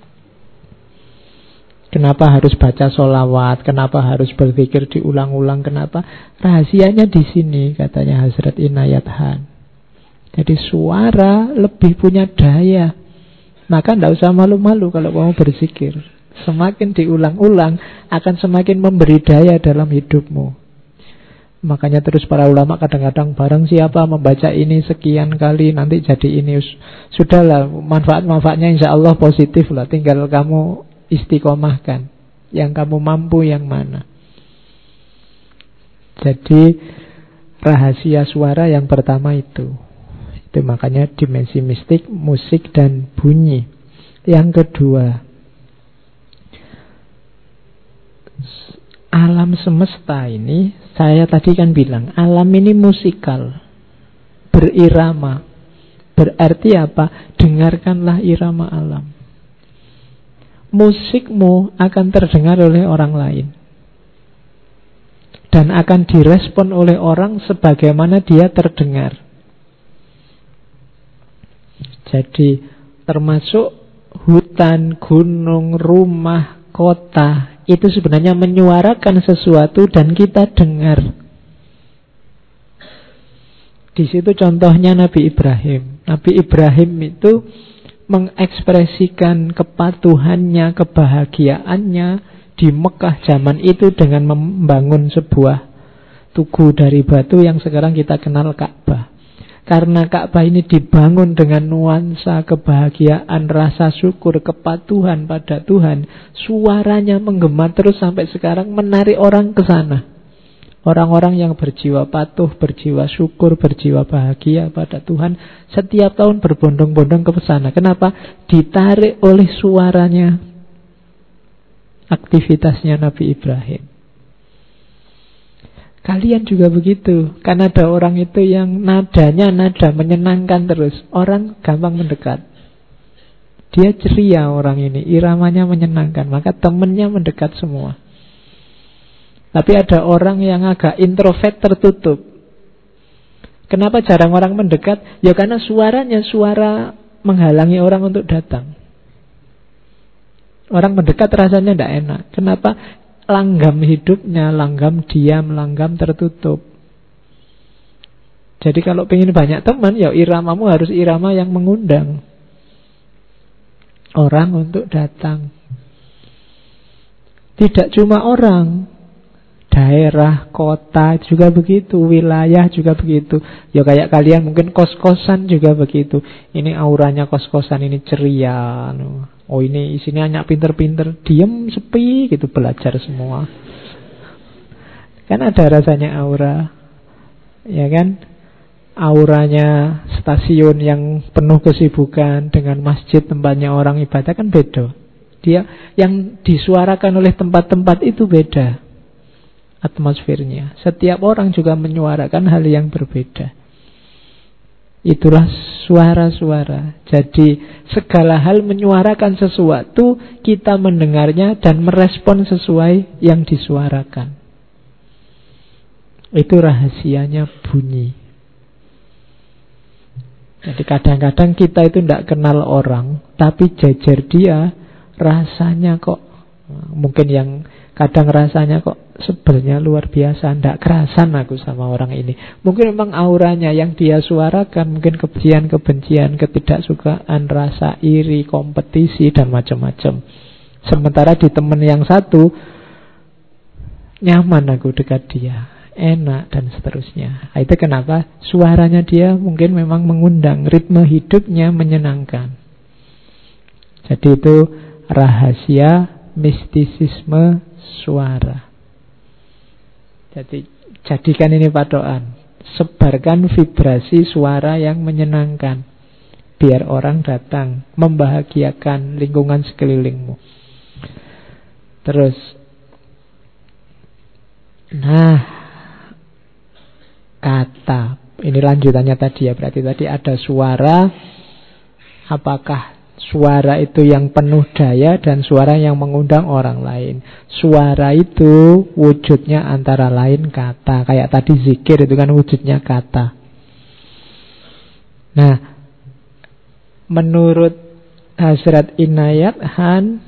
Kenapa harus baca sholawat? Kenapa harus berzikir diulang-ulang? Kenapa? Rahasianya di sini, katanya Hazrat Inayat Khan. Jadi suara lebih punya daya. Maka tidak usah malu-malu kalau kamu berzikir. Semakin diulang-ulang akan semakin memberi daya dalam hidupmu. Makanya terus para ulama kadang-kadang barang siapa membaca ini sekian kali nanti jadi ini. Sudahlah, manfaat-manfaatnya insya Allah positif lah. Tinggal kamu istiqomahkan. Yang kamu mampu yang mana. Jadi rahasia suara yang pertama itu. Itu makanya dimensi mistik, musik dan bunyi. Yang kedua, alam semesta ini, saya tadi kan bilang, alam ini musikal, berirama. Berarti apa? Dengarkanlah irama alam. Musikmu akan terdengar oleh orang lain. Dan akan direspon oleh orang sebagaimana dia terdengar. Jadi termasuk hutan, gunung, rumah, kota, itu sebenarnya menyuarakan sesuatu dan kita dengar. Di situ contohnya Nabi Ibrahim. Nabi Ibrahim itu mengekspresikan kepatuhannya, kebahagiaannya di Mekah zaman itu dengan membangun sebuah tugu dari batu yang sekarang kita kenal Ka'bah. Karena Ka'bah ini dibangun dengan nuansa kebahagiaan, rasa syukur, kepatuhan pada Tuhan, suaranya menggema terus sampai sekarang, menarik orang ke sana. Orang-orang yang berjiwa patuh, berjiwa syukur, berjiwa bahagia pada Tuhan, setiap tahun berbondong-bondong ke sana. Kenapa? Ditarik oleh suaranya, aktivitasnya Nabi Ibrahim. Kalian juga begitu. Kan ada orang itu yang nadanya nada menyenangkan terus, orang gampang mendekat. Dia ceria orang ini, iramanya menyenangkan, maka temennya mendekat semua. Tapi ada orang yang agak introvert, tertutup. Kenapa jarang orang mendekat? Ya karena suaranya suara menghalangi orang untuk datang. Orang mendekat rasanya tidak enak. Kenapa? Langgam hidupnya, langgam diam, langgam tertutup. Jadi kalau pengen banyak teman, ya iramamu harus irama yang mengundang orang untuk datang. Tidak cuma orang, daerah, kota juga begitu, wilayah juga begitu. Ya kayak kalian mungkin kos-kosan juga begitu. Ini auranya kos-kosan ini ceria. Oh ini isinya hanya pinter-pinter, diem, sepi gitu, belajar semua. Kan ada rasanya aura. Ya kan? Auranya stasiun yang penuh kesibukan dengan masjid tempatnya orang ibadah kan beda. Dia yang disuarakan oleh tempat-tempat itu beda atmosfernya. Setiap orang juga menyuarakan hal yang berbeda. Itulah suara-suara. Jadi segala hal menyuarakan sesuatu, kita mendengarnya dan merespon sesuai yang disuarakan. Itu rahasianya bunyi. Jadi kadang-kadang kita itu tidak kenal orang, tapi jajar dia rasanya kok, mungkin yang kadang rasanya kok sebelnya luar biasa, tidak kerasan aku sama orang ini. Mungkin memang auranya yang dia suarakan, mungkin kebencian-kebencian, ketidaksukaan, rasa iri, kompetisi, dan macam-macam. Sementara di teman yang satu, nyaman aku dekat dia, enak, dan seterusnya. Itu kenapa suaranya dia mungkin memang mengundang, ritme hidupnya menyenangkan. Jadi itu rahasia mistisisme suara. Jadi jadikan ini patokan. Sebarkan vibrasi suara yang menyenangkan, biar orang datang, membahagiakan lingkungan sekelilingmu. Terus, nah, kata. Ini lanjutannya tadi ya. Berarti tadi ada suara. Apakah suara itu yang penuh daya dan suara yang mengundang orang lain? Suara itu wujudnya antara lain kata. Kayak tadi zikir itu kan wujudnya kata. Nah, menurut Hazrat Inayat Han,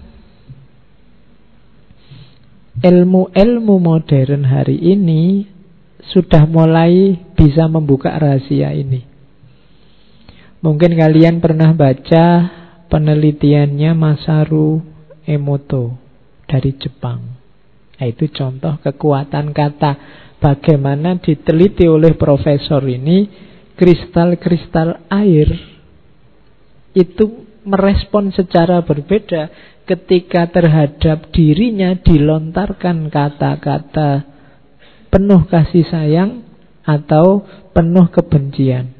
ilmu-ilmu modern hari ini sudah mulai bisa membuka rahasia ini. Mungkin kalian pernah baca penelitiannya Masaru Emoto dari Jepang. Nah, itu contoh kekuatan kata. Bagaimana diteliti oleh profesor ini, kristal-kristal air itu merespon secara berbeda ketika terhadap dirinya dilontarkan kata-kata penuh kasih sayang atau penuh kebencian.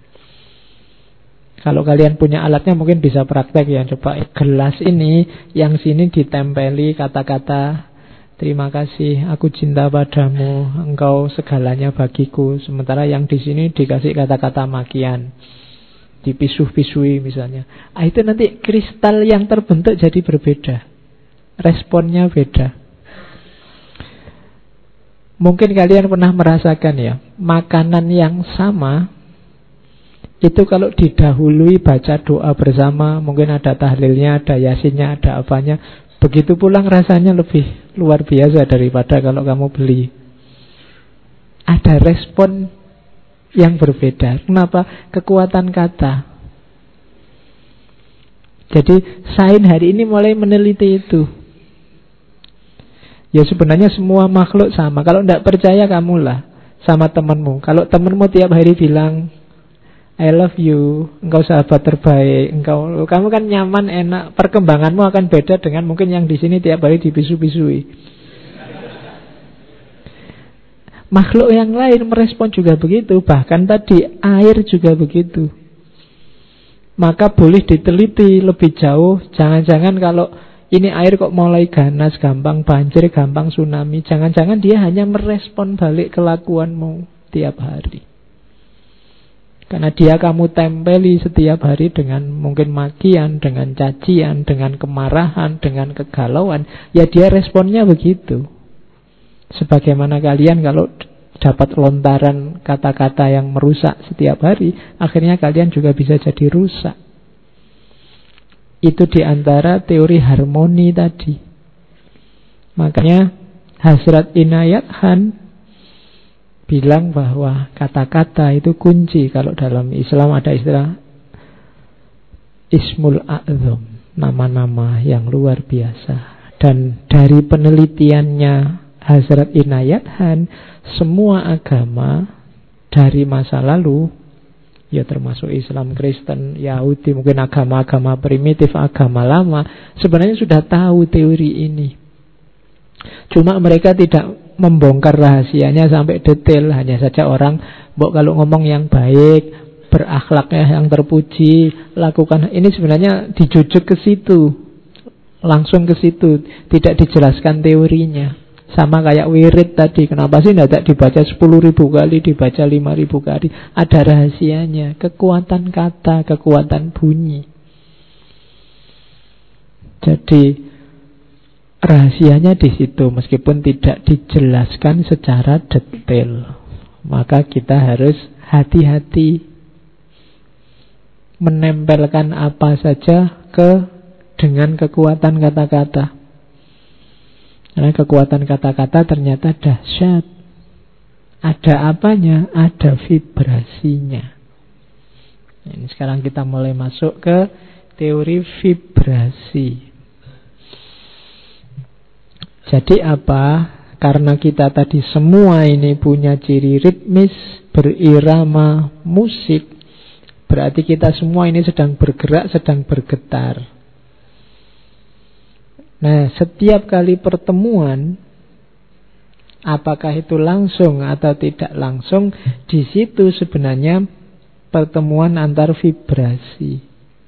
Kalau kalian punya alatnya mungkin bisa praktek ya. Coba gelas ini, yang sini ditempeli kata-kata terima kasih, aku cinta padamu, engkau segalanya bagiku. Sementara yang di sini dikasih kata-kata makian, dipisuh-pisui misalnya. Ah, itu nanti kristal yang terbentuk jadi berbeda, responnya beda. Mungkin kalian pernah merasakan ya, makanan yang sama itu kalau didahului baca doa bersama, mungkin ada tahlilnya, ada yasinnya, ada apanya, begitu pulang rasanya lebih luar biasa daripada kalau kamu beli. Ada respon yang berbeda. Kenapa? Kekuatan kata. Jadi sains hari ini mulai meneliti itu. Ya sebenarnya semua makhluk sama. Kalau tidak percaya kamulah sama temanmu. Kalau temanmu tiap hari bilang I love you, engkau sahabat terbaik, engkau, kamu kan nyaman, enak. Perkembanganmu akan beda dengan mungkin yang di sini tiap hari dibisu-bisui. Makhluk yang lain merespon juga begitu. Bahkan tadi air juga begitu. Maka boleh diteliti lebih jauh. Jangan-jangan kalau ini air kok mulai ganas, gampang banjir, gampang tsunami. Jangan-jangan dia hanya merespon balik kelakuanmu tiap hari. Karena dia kamu tempeli setiap hari dengan mungkin makian, dengan cacian, dengan kemarahan, dengan kegalauan. Ya dia responnya begitu. Sebagaimana kalian kalau dapat lontaran kata-kata yang merusak setiap hari, akhirnya kalian juga bisa jadi rusak. Itu diantara teori harmoni tadi. Makanya Hazrat Inayat Khan bilang bahwa kata-kata itu kunci. Kalau dalam Islam ada istilah Ismul A'zam, nama-nama yang luar biasa. Dan dari penelitiannya Hazrat Inayat Khan, semua agama dari masa lalu, ya termasuk Islam, Kristen, Yahudi, mungkin agama-agama primitif, agama lama, sebenarnya sudah tahu teori ini. Cuma mereka tidak membongkar rahasianya sampai detail. Hanya saja orang, mbok kalau ngomong yang baik, berakhlaknya yang terpuji, lakukan ini, sebenarnya dijujuk ke situ, langsung ke situ, tidak dijelaskan teorinya. Sama kayak wirid tadi. Kenapa sih tidak dibaca sepuluh ribu kali, dibaca lima ribu kali? Ada rahasianya. Kekuatan kata, kekuatan bunyi. Jadi rahasianya di situ. Meskipun tidak dijelaskan secara detail, maka kita harus hati-hati menempelkan apa saja ke dengan kekuatan kata-kata. Karena kekuatan kata-kata ternyata dahsyat. Ada apanya? Ada vibrasinya. Ini sekarang kita mulai masuk ke teori vibrasi. Jadi apa? Karena kita tadi semua ini punya ciri ritmis, berirama, musik, berarti kita semua ini sedang bergerak, sedang bergetar. Nah, setiap kali pertemuan, apakah itu langsung atau tidak langsung, di situ sebenarnya pertemuan antar vibrasi.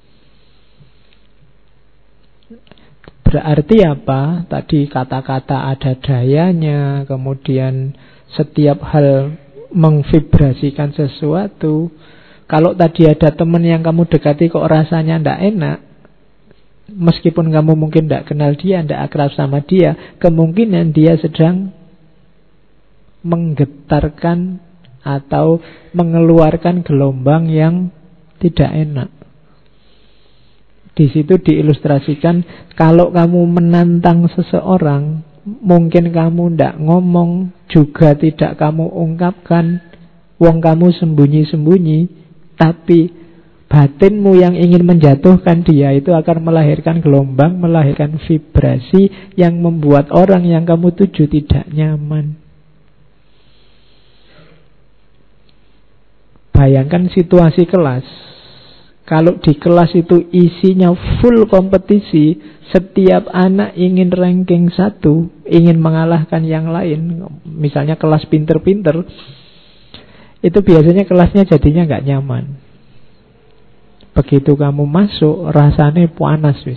Berarti apa? Tadi kata-kata ada dayanya, kemudian setiap hal mengvibrasikan sesuatu. Kalau tadi ada teman yang kamu dekati kok rasanya tidak enak, meskipun kamu mungkin tidak kenal dia, tidak akrab sama dia, kemungkinan dia sedang menggetarkan atau mengeluarkan gelombang yang tidak enak. Di situ diilustrasikan, kalau kamu menantang seseorang, mungkin kamu tidak ngomong, juga tidak kamu ungkapkan, wong kamu sembunyi-sembunyi, tapi batinmu yang ingin menjatuhkan dia itu akan melahirkan gelombang, melahirkan vibrasi yang membuat orang yang kamu tuju tidak nyaman. Bayangkan situasi kelas. Kalau di kelas itu isinya full kompetisi, setiap anak ingin ranking satu, ingin mengalahkan yang lain. Misalnya kelas pinter-pinter, itu biasanya kelasnya jadinya gak nyaman. Begitu kamu masuk, rasanya panas wis.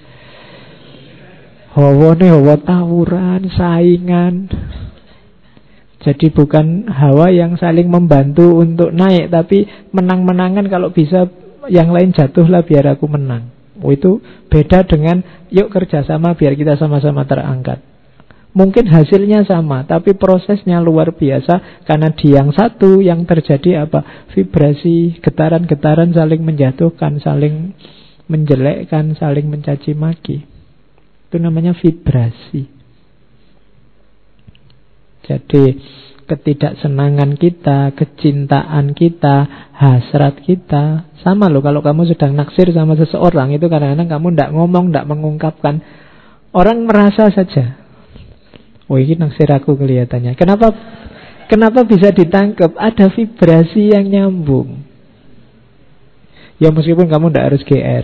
Hawane hawa tawuran, saingan. Jadi bukan hawa yang saling membantu untuk naik, tapi menang-menangan, kalau bisa yang lain jatuhlah biar aku menang. Oh, itu beda dengan yuk kerjasama biar kita sama-sama terangkat. Mungkin hasilnya sama, tapi prosesnya luar biasa. Karena di yang satu yang terjadi apa? Vibrasi, getaran-getaran saling menjatuhkan, saling menjelekkan, saling mencaci maki. Itu namanya vibrasi. Jadi ketidaksenangan kita, kecintaan kita, hasrat kita. Sama loh kalau kamu sedang naksir sama seseorang, itu kadang-kadang kamu tidak ngomong, tidak mengungkapkan. Orang merasa saja, oh ini naksir aku kelihatannya. Kenapa kenapa bisa ditangkap? Ada vibrasi yang nyambung. Ya meskipun kamu tidak harus G R.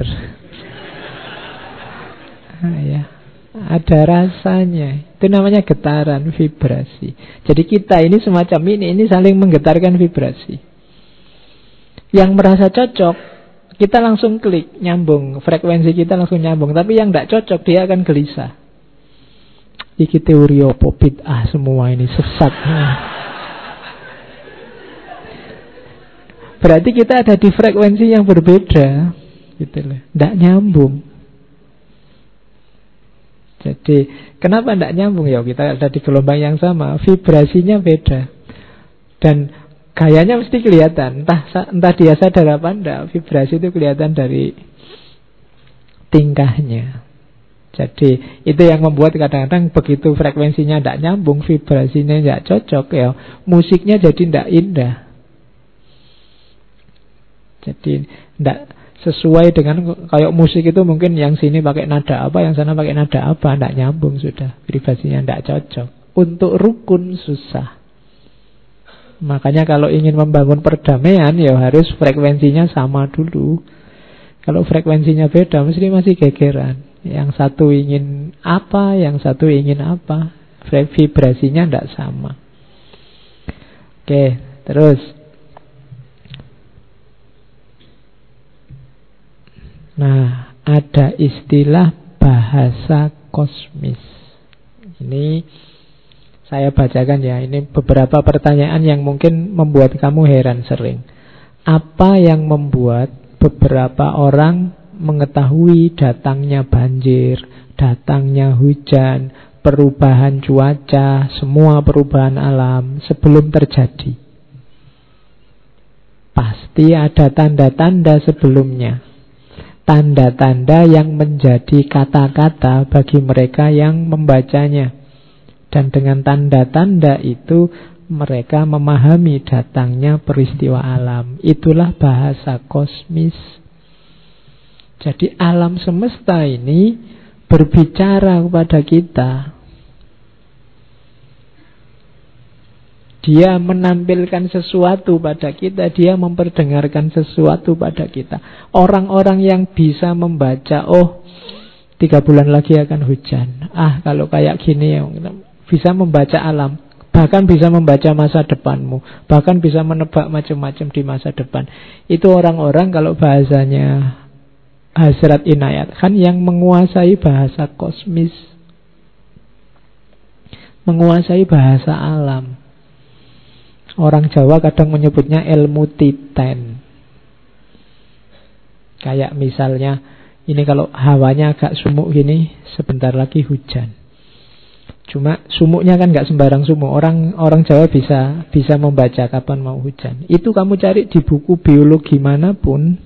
Nah, ya. Ada rasanya. Itu namanya getaran vibrasi. Jadi kita ini semacam ini, ini saling menggetarkan vibrasi. Yang merasa cocok, kita langsung klik, nyambung. Frekuensi kita langsung nyambung. Tapi yang tidak cocok, dia akan gelisah. Iki teori apa bid'ah semua ini, sesat. Berarti kita ada di frekuensi yang berbeda. Gitu loh. Tidak nyambung. Jadi kenapa tidak nyambung? Ya kita ada di gelombang yang sama, vibrasinya beda. Dan gayanya mesti kelihatan. Entah entah dia sadar apa enggak, vibrasi itu kelihatan dari tingkahnya. Jadi itu yang membuat kadang-kadang begitu frekuensinya tidak nyambung, vibrasinya tidak cocok, ya musiknya jadi tidak indah. Jadi tidak sesuai dengan kayak musik itu mungkin yang sini pakai nada apa, yang sana pakai nada apa, tidak nyambung sudah, vibrasinya tidak cocok. Untuk rukun susah. Makanya kalau ingin membangun perdamaian ya harus frekuensinya sama dulu. Kalau frekuensinya beda mesti masih gegeran. Yang satu ingin apa, yang satu ingin apa, vibrasinya tidak sama. Oke, terus nah, ada istilah bahasa kosmis. Ini saya bacakan ya. Ini beberapa pertanyaan yang mungkin membuat kamu heran sering. Apa yang membuat beberapa orang mengetahui datangnya banjir, datangnya hujan, perubahan cuaca, semua perubahan alam sebelum terjadi? Pasti ada tanda-tanda sebelumnya. Tanda-tanda yang menjadi kata-kata bagi mereka yang membacanya. Dan dengan tanda-tanda itu mereka memahami datangnya peristiwa alam. Itulah bahasa kosmis. Jadi alam semesta ini berbicara kepada kita. Dia menampilkan sesuatu pada kita, dia memperdengarkan sesuatu pada kita. Orang-orang yang bisa membaca, oh tiga bulan lagi akan hujan. Ah kalau kayak gini ya, bisa membaca alam. Bahkan bisa membaca masa depanmu. Bahkan bisa menebak macam-macam di masa depan. Itu orang-orang kalau bahasanya Hazrat Inayat Khan yang menguasai bahasa kosmis. Menguasai bahasa alam. Orang Jawa kadang menyebutnya ilmu titen. Kayak misalnya, ini kalau hawanya agak sumuk gini, sebentar lagi hujan. Cuma sumuknya kan gak sembarang sumuk. Orang orang Jawa bisa bisa membaca kapan mau hujan. Itu kamu cari di buku biologi manapun,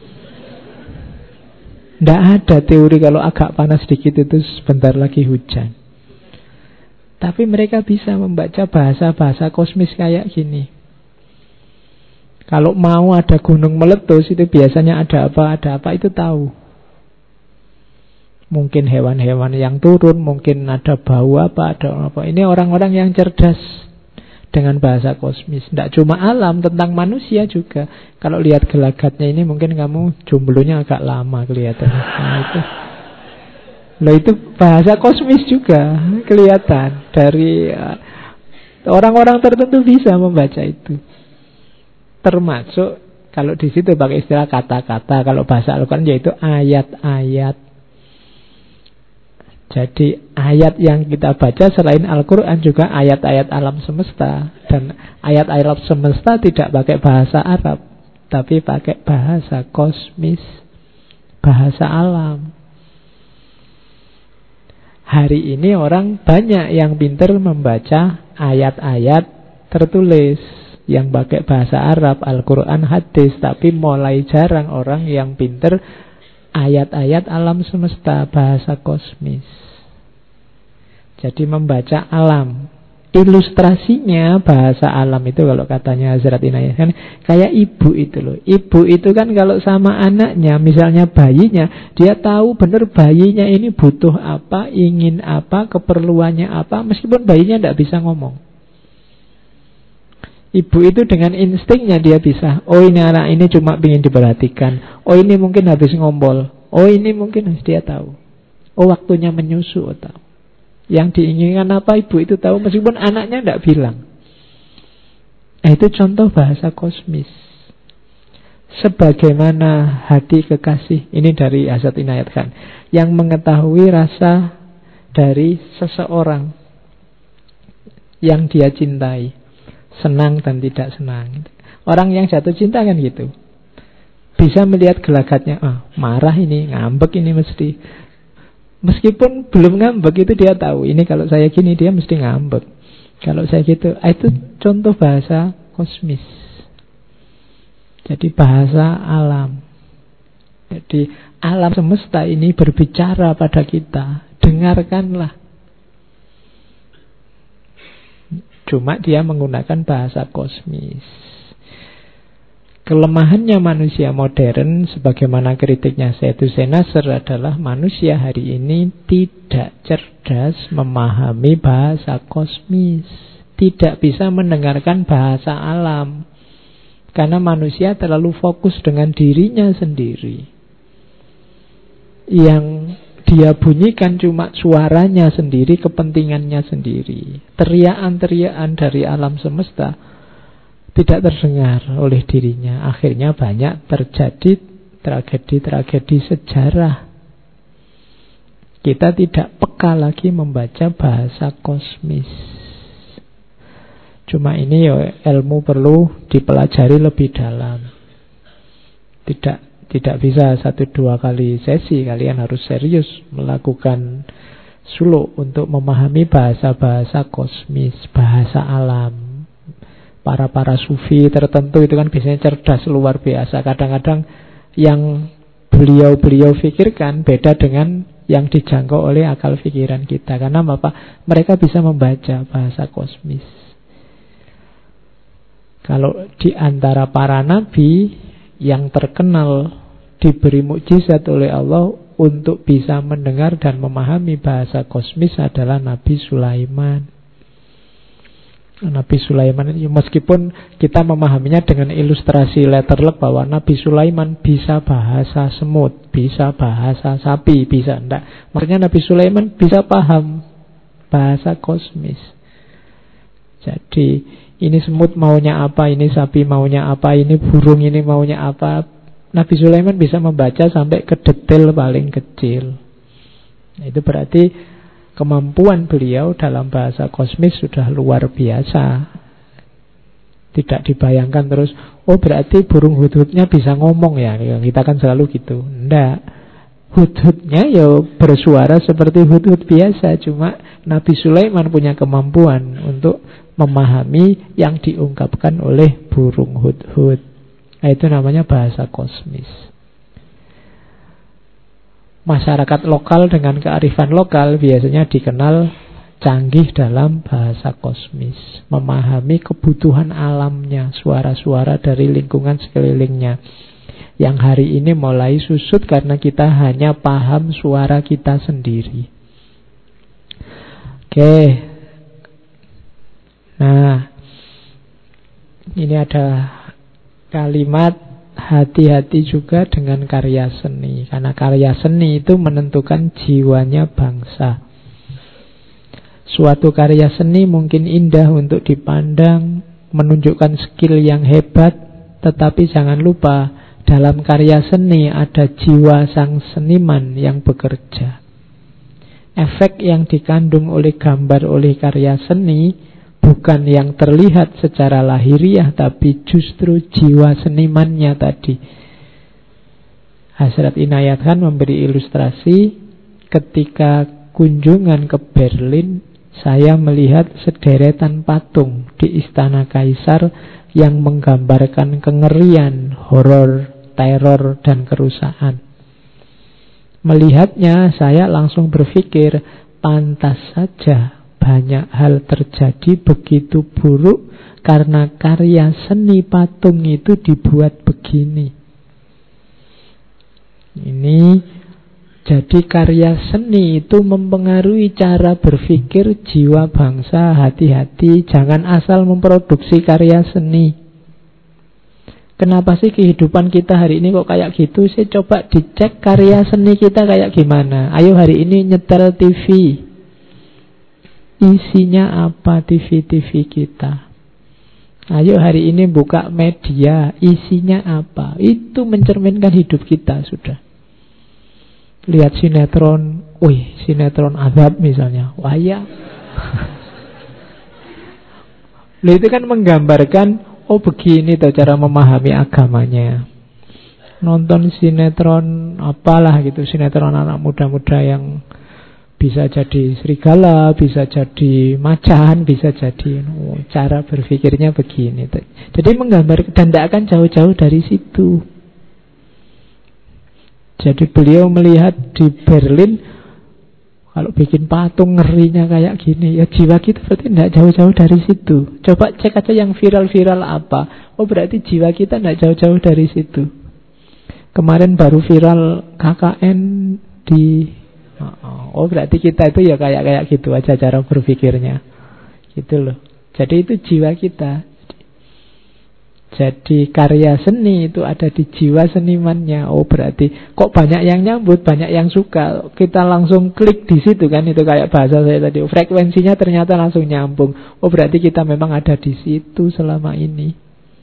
ndak ada teori kalau agak panas sedikit itu sebentar lagi hujan. Tapi mereka bisa membaca bahasa-bahasa kosmis kayak gini. Kalau mau ada gunung meletus, itu biasanya ada apa, ada apa, itu tahu. Mungkin hewan-hewan yang turun, mungkin ada bau apa, ada apa. Ini orang-orang yang cerdas dengan bahasa kosmis. Tidak cuma alam, tentang manusia juga. Kalau lihat gelagatnya ini mungkin kamu jomblonya agak lama kelihatannya. Nah itu Loh itu bahasa kosmis juga kelihatan dari uh, orang-orang tertentu bisa membaca itu. Termasuk kalau di situ pakai istilah kata-kata, kalau bahasa Al-Quran yaitu ayat-ayat. Jadi ayat yang kita baca selain Al-Quran juga ayat-ayat alam semesta. Dan ayat-ayat alam semesta tidak pakai bahasa Arab, tapi pakai bahasa kosmis, bahasa alam. Hari ini orang banyak yang pintar membaca ayat-ayat tertulis yang pakai bahasa Arab, Al-Quran, hadis. Tapi mulai jarang orang yang pintar ayat-ayat alam semesta, bahasa kosmis. Jadi membaca alam. ilustrasinya bahasa alam itu kalau katanya Hazrat Inayat kan kayak ibu itu loh. Ibu itu kan kalau sama anaknya, misalnya bayinya, dia tahu benar bayinya ini butuh apa, ingin apa, keperluannya apa, meskipun bayinya tidak bisa ngomong. Ibu itu dengan instingnya dia bisa, oh ini anak ini cuma ingin diperhatikan, oh ini mungkin habis ngompol, oh ini mungkin dia tahu, oh waktunya menyusu, oh tahu. Yang diinginkan apa ibu itu tahu meskipun anaknya tidak bilang. Nah, itu contoh bahasa kosmis. Sebagaimana hati kekasih, ini dari Hazrat Inayat Khan, yang mengetahui rasa dari seseorang yang dia cintai, senang dan tidak senang. Orang yang jatuh cinta kan gitu, bisa melihat gelagatnya, ah, marah ini, ngambek ini mesti. Meskipun belum ngambek itu dia tahu, ini kalau saya gini dia mesti ngambek, kalau saya gitu. Itu contoh bahasa kosmis. Jadi bahasa alam. Jadi alam semesta ini berbicara pada kita, dengarkanlah. Cuma dia menggunakan bahasa kosmis. Kelemahannya manusia modern, sebagaimana kritiknya Sayyidus Nasr, adalah manusia hari ini tidak cerdas memahami bahasa kosmis, tidak bisa mendengarkan bahasa alam, karena manusia terlalu fokus dengan dirinya sendiri. Yang dia bunyikan cuma suaranya sendiri, kepentingannya sendiri. Teriakan-teriakan dari alam semesta tidak terdengar oleh dirinya. Akhirnya banyak terjadi tragedi-tragedi sejarah. Kita tidak peka lagi membaca bahasa kosmis. Cuma ini ya, ilmu perlu dipelajari lebih dalam. Tidak tidak bisa satu dua kali sesi. Kalian harus serius melakukan suluk untuk memahami bahasa-bahasa kosmis, bahasa alam. Para-para sufi tertentu itu kan biasanya cerdas luar biasa. Kadang-kadang yang beliau-beliau pikirkan beda dengan yang dijangkau oleh akal pikiran kita. Karena apa? Mereka bisa membaca bahasa kosmis. Kalau di antara para nabi yang terkenal diberi mukjizat oleh Allah untuk bisa mendengar dan memahami bahasa kosmis adalah Nabi Sulaiman. Nabi Sulaiman ini, meskipun kita memahaminya dengan ilustrasi letterlock bahwa Nabi Sulaiman bisa bahasa semut, bisa bahasa sapi, bisa enggak. Maksudnya Nabi Sulaiman bisa paham bahasa kosmis. Jadi ini semut maunya apa, ini sapi maunya apa, ini burung ini maunya apa. Nabi Sulaiman bisa membaca sampai ke detail paling kecil. Itu berarti kemampuan beliau dalam bahasa kosmis sudah luar biasa. Tidak dibayangkan terus, oh berarti burung hudhudnya bisa ngomong ya. Kita kan selalu gitu. Enggak. Hudhudnya ya bersuara seperti hudhud biasa. Cuma Nabi Sulaiman punya kemampuan untuk memahami yang diungkapkan oleh burung hudhud. Nah, itu namanya bahasa kosmis. Masyarakat lokal dengan kearifan lokal biasanya dikenal canggih dalam bahasa kosmis, memahami kebutuhan alamnya, suara-suara dari lingkungan sekelilingnya, yang hari ini mulai susut karena kita hanya paham suara kita sendiri. Oke. Nah, ini ada kalimat hati-hati juga dengan karya seni, karena karya seni itu menentukan jiwanya bangsa. Suatu karya seni mungkin indah untuk dipandang, menunjukkan skill yang hebat, tetapi jangan lupa dalam karya seni ada jiwa sang seniman yang bekerja. Efek yang dikandung oleh gambar, oleh karya seni bukan yang terlihat secara lahiriah, tapi justru jiwa senimannya tadi. Hazrat Inayat Khan memberi ilustrasi, ketika kunjungan ke Berlin, saya melihat sederetan patung di Istana Kaisar yang menggambarkan kengerian, horor, teror, dan kerusakan. Melihatnya, saya langsung berpikir, pantas saja banyak hal terjadi begitu buruk karena karya seni patung itu dibuat begini. Ini jadi karya seni itu mempengaruhi cara berpikir jiwa bangsa. Hati-hati, jangan asal memproduksi karya seni. Kenapa sih kehidupan kita hari ini kok kayak gitu? Saya coba dicek karya seni kita kayak gimana. Ayo hari ini nyetel T V, isinya apa T V-T V kita? Ayo hari ini buka media, isinya apa? Itu mencerminkan hidup kita sudah. Lihat sinetron, wih, sinetron azab misalnya. Wah ya. Loh, itu kan menggambarkan, oh begini tuh cara memahami agamanya. Nonton sinetron apalah gitu, sinetron anak muda-muda yang bisa jadi serigala, bisa jadi macan, bisa jadi oh, cara berpikirnya begini. Jadi menggambar, dan tidak akan jauh-jauh dari situ. Jadi beliau melihat di Berlin, kalau bikin patung ngerinya kayak gini, ya jiwa kita berarti tidak jauh-jauh dari situ. Coba cek aja yang viral-viral apa. Oh berarti jiwa kita tidak jauh-jauh dari situ. Kemarin baru viral K K N di, oh berarti kita itu ya kayak-kayak gitu aja cara berpikirnya. Gitu loh. Jadi itu jiwa kita. Jadi karya seni itu ada di jiwa senimannya. Oh berarti kok banyak yang nyambut, banyak yang suka. Kita langsung klik di situ kan. Itu kayak bahasa saya tadi, frekuensinya ternyata langsung nyambung. Oh berarti kita memang ada di situ selama ini.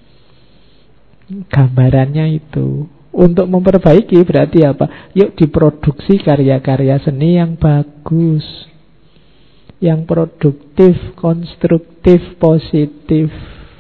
Gambarannya itu. Untuk memperbaiki berarti apa? Yuk diproduksi karya-karya seni yang bagus, yang produktif, konstruktif, positif.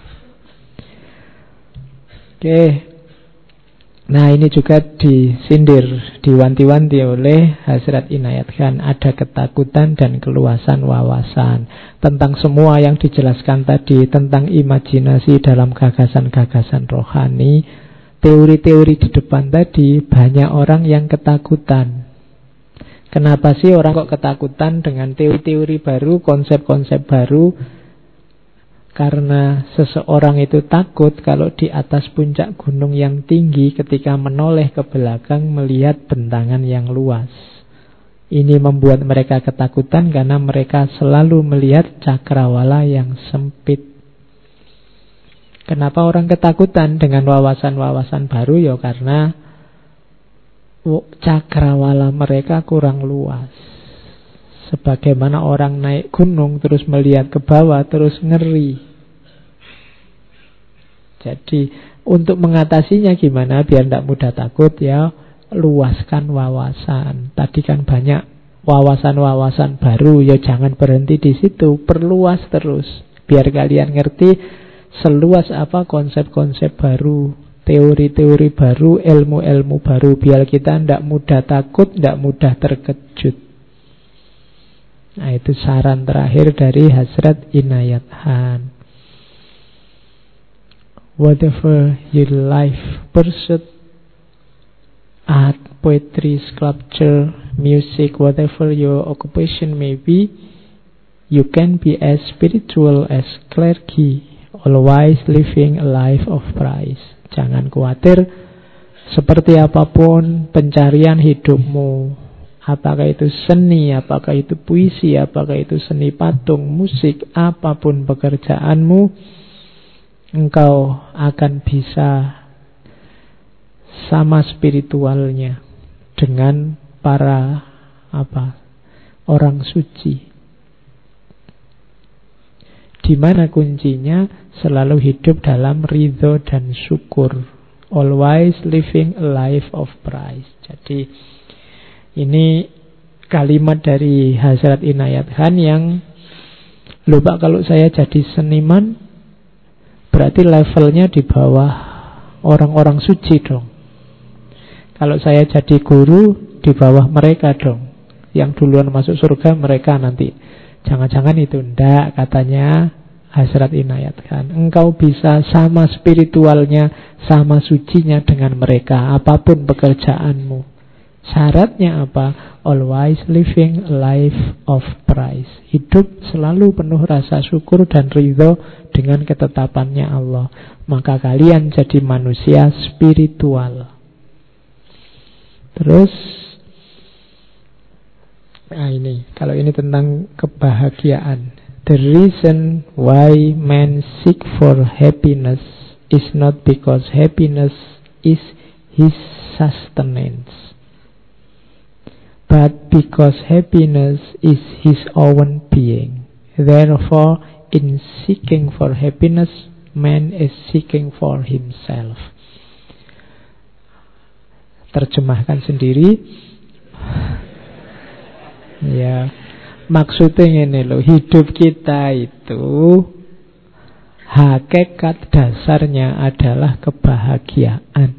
Oke. Nah ini juga disindir, diwanti-wanti oleh Hazrat Inayat Khan. Ada ketakutan dan keluasan wawasan tentang semua yang dijelaskan tadi, tentang imajinasi dalam gagasan-gagasan rohani, teori-teori di depan tadi. Banyak orang yang ketakutan. Kenapa sih orang kok ketakutan dengan teori-teori baru, konsep-konsep baru? Karena seseorang itu takut kalau di atas puncak gunung yang tinggi, ketika menoleh ke belakang melihat bentangan yang luas. Ini membuat mereka ketakutan karena mereka selalu melihat cakrawala yang sempit. Kenapa orang ketakutan dengan wawasan-wawasan baru? Ya karena cakrawala mereka kurang luas. Sebagaimana orang naik gunung terus melihat ke bawah terus ngeri. Jadi untuk mengatasinya gimana biar tidak mudah takut? Ya luaskan wawasan. Tadi kan banyak wawasan-wawasan baru, ya jangan berhenti di situ, perluas terus. Biar kalian ngerti seluas apa konsep-konsep baru, teori-teori baru, ilmu-ilmu baru. Biar kita tidak mudah takut, tidak mudah terkejut. Nah itu saran terakhir dari Hazrat Inayat Khan. Whatever your life pursuit, art, poetry, sculpture, music, whatever your occupation may be, you can be as spiritual as clergy, always living a life of praise. Jangan khawatir, seperti apapun pencarian hidupmu, apakah itu seni, apakah itu puisi, apakah itu seni patung, musik, apapun pekerjaanmu, engkau akan bisa sama spiritualnya dengan para apa orang suci. Di mana kuncinya? Selalu hidup dalam ridho dan syukur. Always living a life of praise. Jadi ini kalimat dari Hazrat Inayat Khan yang, loh Pak, kalau saya jadi seniman berarti levelnya di bawah orang-orang suci dong. Kalau saya jadi guru di bawah mereka dong. Yang duluan masuk surga mereka nanti. Jangan-jangan itu ndak, katanya Hazrat Inayat Khan. Engkau bisa sama spiritualnya, sama sucinya dengan mereka, apapun pekerjaanmu. Syaratnya apa? always living a life of praise. Hidup selalu penuh rasa syukur dan ridho dengan ketetapannya Allah. Maka kalian jadi manusia spiritual. Terus, nah ini, kalau ini tentang kebahagiaan. The reason why man seek for happiness is not because happiness is his sustenance, but because happiness is his own being. Therefore, in seeking for happiness, man is seeking for himself. Terjemahkan sendiri. Ya, maksudnya ini loh, hidup kita itu hakikat dasarnya adalah kebahagiaan.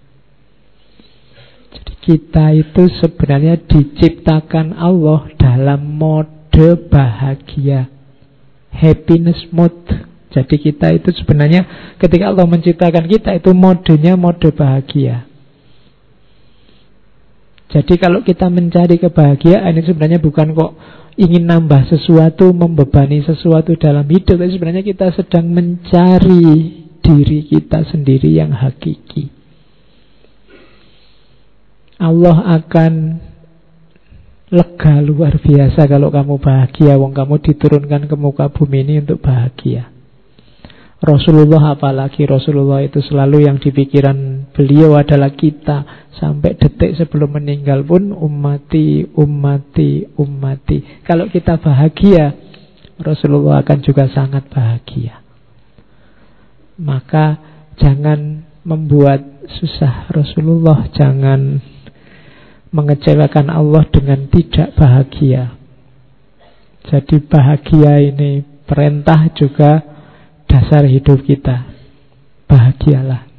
Jadi kita itu sebenarnya diciptakan Allah dalam mode bahagia, happiness mode. Jadi kita itu sebenarnya ketika Allah menciptakan kita itu modenya mode bahagia. Jadi kalau kita mencari kebahagiaan itu sebenarnya bukan kok ingin nambah sesuatu, membebani sesuatu dalam hidup, tapi sebenarnya kita sedang mencari diri kita sendiri yang hakiki. Allah akan lega luar biasa kalau kamu bahagia. Wong kamu diturunkan ke muka bumi ini untuk bahagia. Rasulullah apalagi, Rasulullah itu selalu yang di pikiran beliau adalah kita. Sampai detik sebelum meninggal pun ummati, ummati, ummati. Kalau kita bahagia, Rasulullah akan juga sangat bahagia. Maka jangan membuat susah Rasulullah, jangan mengecewakan Allah dengan tidak bahagia. Jadi bahagia ini perintah juga dasar hidup kita. Bahagialah.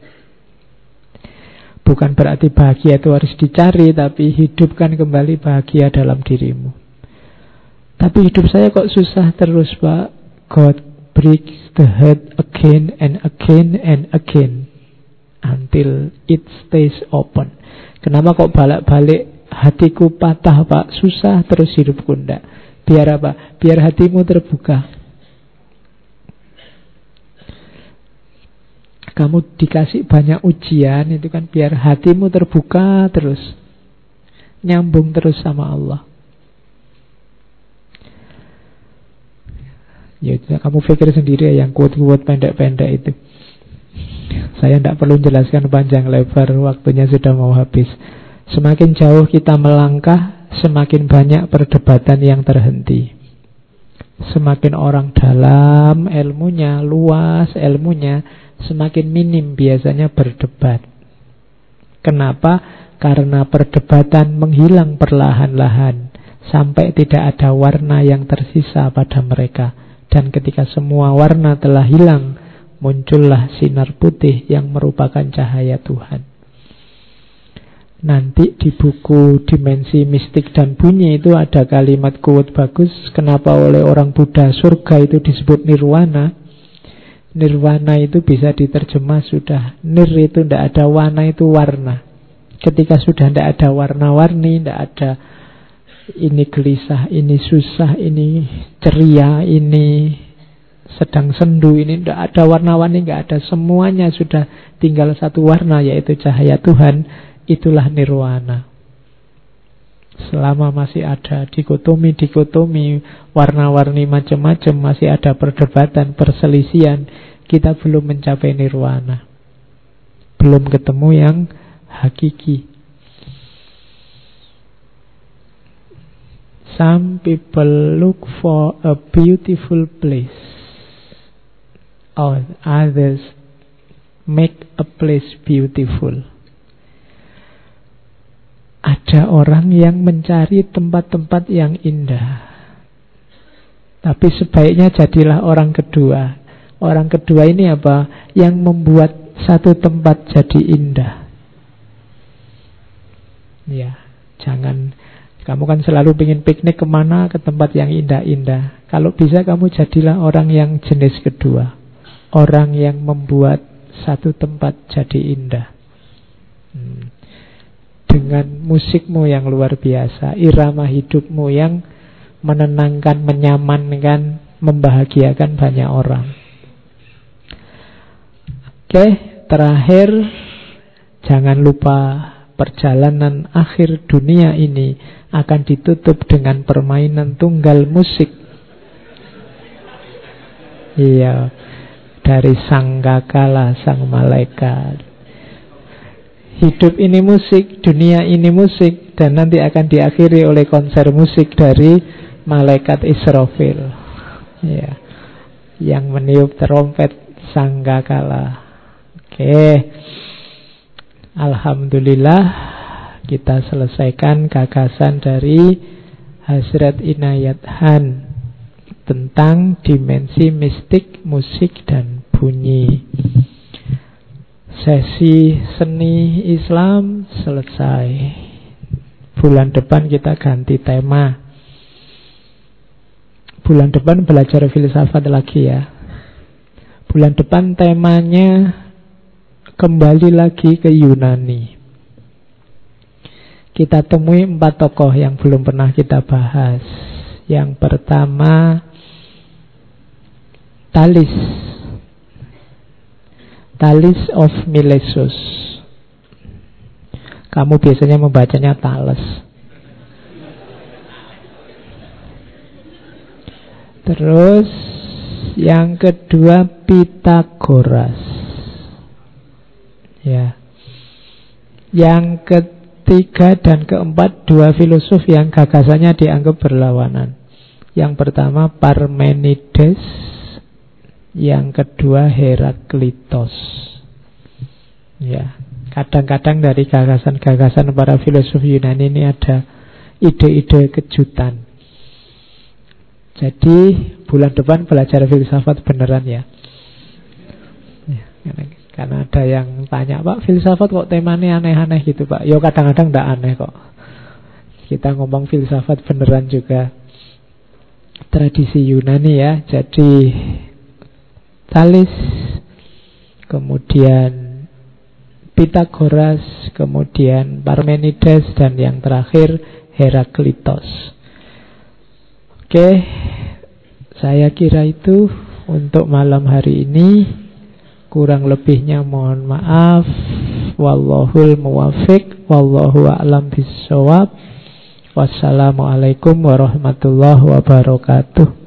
Bukan berarti bahagia itu harus dicari, tapi hidupkan kembali bahagia dalam dirimu. Tapi hidup saya kok susah terus, Pak. God breaks the heart again and again and again until it stays open. Kenapa kok balik-balik hatiku patah, Pak? Susah terus hidupku, ndak. Biar apa? Biar hatimu terbuka. Kamu dikasih banyak ujian, itu kan biar hatimu terbuka terus, nyambung terus sama Allah. Ya, kamu pikir sendiri ya, yang quote-quote pendek-pendek itu. Saya tidak perlu jelaskan panjang lebar, waktunya sudah mau habis. Semakin jauh kita melangkah, semakin banyak perdebatan yang terhenti. Semakin orang dalam ilmunya, luas ilmunya, semakin minim biasanya berdebat. Kenapa? Karena perdebatan menghilang perlahan-lahan sampai tidak ada warna yang tersisa pada mereka. Dan ketika semua warna telah hilang, muncullah sinar putih yang merupakan cahaya Tuhan. Nanti di buku Dimensi Mistik dan Bunyi itu ada kalimat quote bagus. Kenapa oleh orang Buddha surga itu disebut nirwana? Nirwana itu bisa diterjemah sudah, nir itu tidak ada warna, itu warna. Ketika sudah tidak ada warna-warni, tidak ada ini gelisah, ini susah, ini ceria, ini sedang sendu, ini tidak ada warna-warni, tidak ada, semuanya sudah tinggal satu warna, yaitu cahaya Tuhan. Itulah nirwana. Selama masih ada dikotomi-dikotomi, warna-warni macam-macam, masih ada perdebatan, perselisihan, kita belum mencapai nirwana. Belum ketemu yang hakiki. Some people look for a beautiful place, or others make a place beautiful. Ada orang yang mencari tempat-tempat yang indah, tapi sebaiknya jadilah orang kedua. Orang kedua ini apa? Yang membuat satu tempat jadi indah. Ya, jangan. Kamu kan selalu ingin piknik kemana? Ke tempat yang indah-indah. Kalau bisa kamu jadilah orang yang jenis kedua. Orang yang membuat satu tempat jadi indah. Hmm. dengan musikmu yang luar biasa, irama hidupmu yang menenangkan, menyamankan, membahagiakan banyak orang. Oke, terakhir, jangan lupa perjalanan akhir dunia ini akan ditutup dengan permainan tunggal musik. Iya, dari sangkakala sang malaikat. Hidup ini musik, dunia ini musik, dan nanti akan diakhiri oleh konser musik dari malaikat Israfil, ya, yang meniup trompet sangkakala. Oke, alhamdulillah kita selesaikan gagasan dari Hazrat Inayat Han tentang dimensi mistik musik dan bunyi. Sesi seni Islam selesai. Bulan depan kita ganti tema. Bulan depan belajar filsafat lagi ya. Bulan depan temanya kembali lagi ke Yunani. Kita temui empat tokoh yang belum pernah kita bahas. Yang pertama, Thales. Thales of Milesus. Kamu biasanya membacanya Thales. Terus yang kedua Pythagoras. Ya. Yang ketiga dan keempat dua filosof yang gagasannya dianggap berlawanan. Yang pertama Parmenides, yang kedua Heraklitos. Ya, kadang-kadang dari gagasan-gagasan para filosof Yunani ini ada ide-ide kejutan. Jadi bulan depan belajar filsafat beneran ya. Ya, karena ada yang tanya, Pak, filsafat kok temanya aneh-aneh gitu, Pak. Ya kadang-kadang tidak aneh kok. Kita ngomong filsafat beneran juga. Tradisi Yunani ya. Jadi Thales, kemudian Pythagoras, kemudian Parmenides, dan yang terakhir Heraklitos. Oke, saya kira itu untuk malam hari ini. Kurang lebihnya mohon maaf. Wallahul muwaffiq, wallahu a'lam bissawab. Wassalamualaikum warahmatullahi wabarakatuh.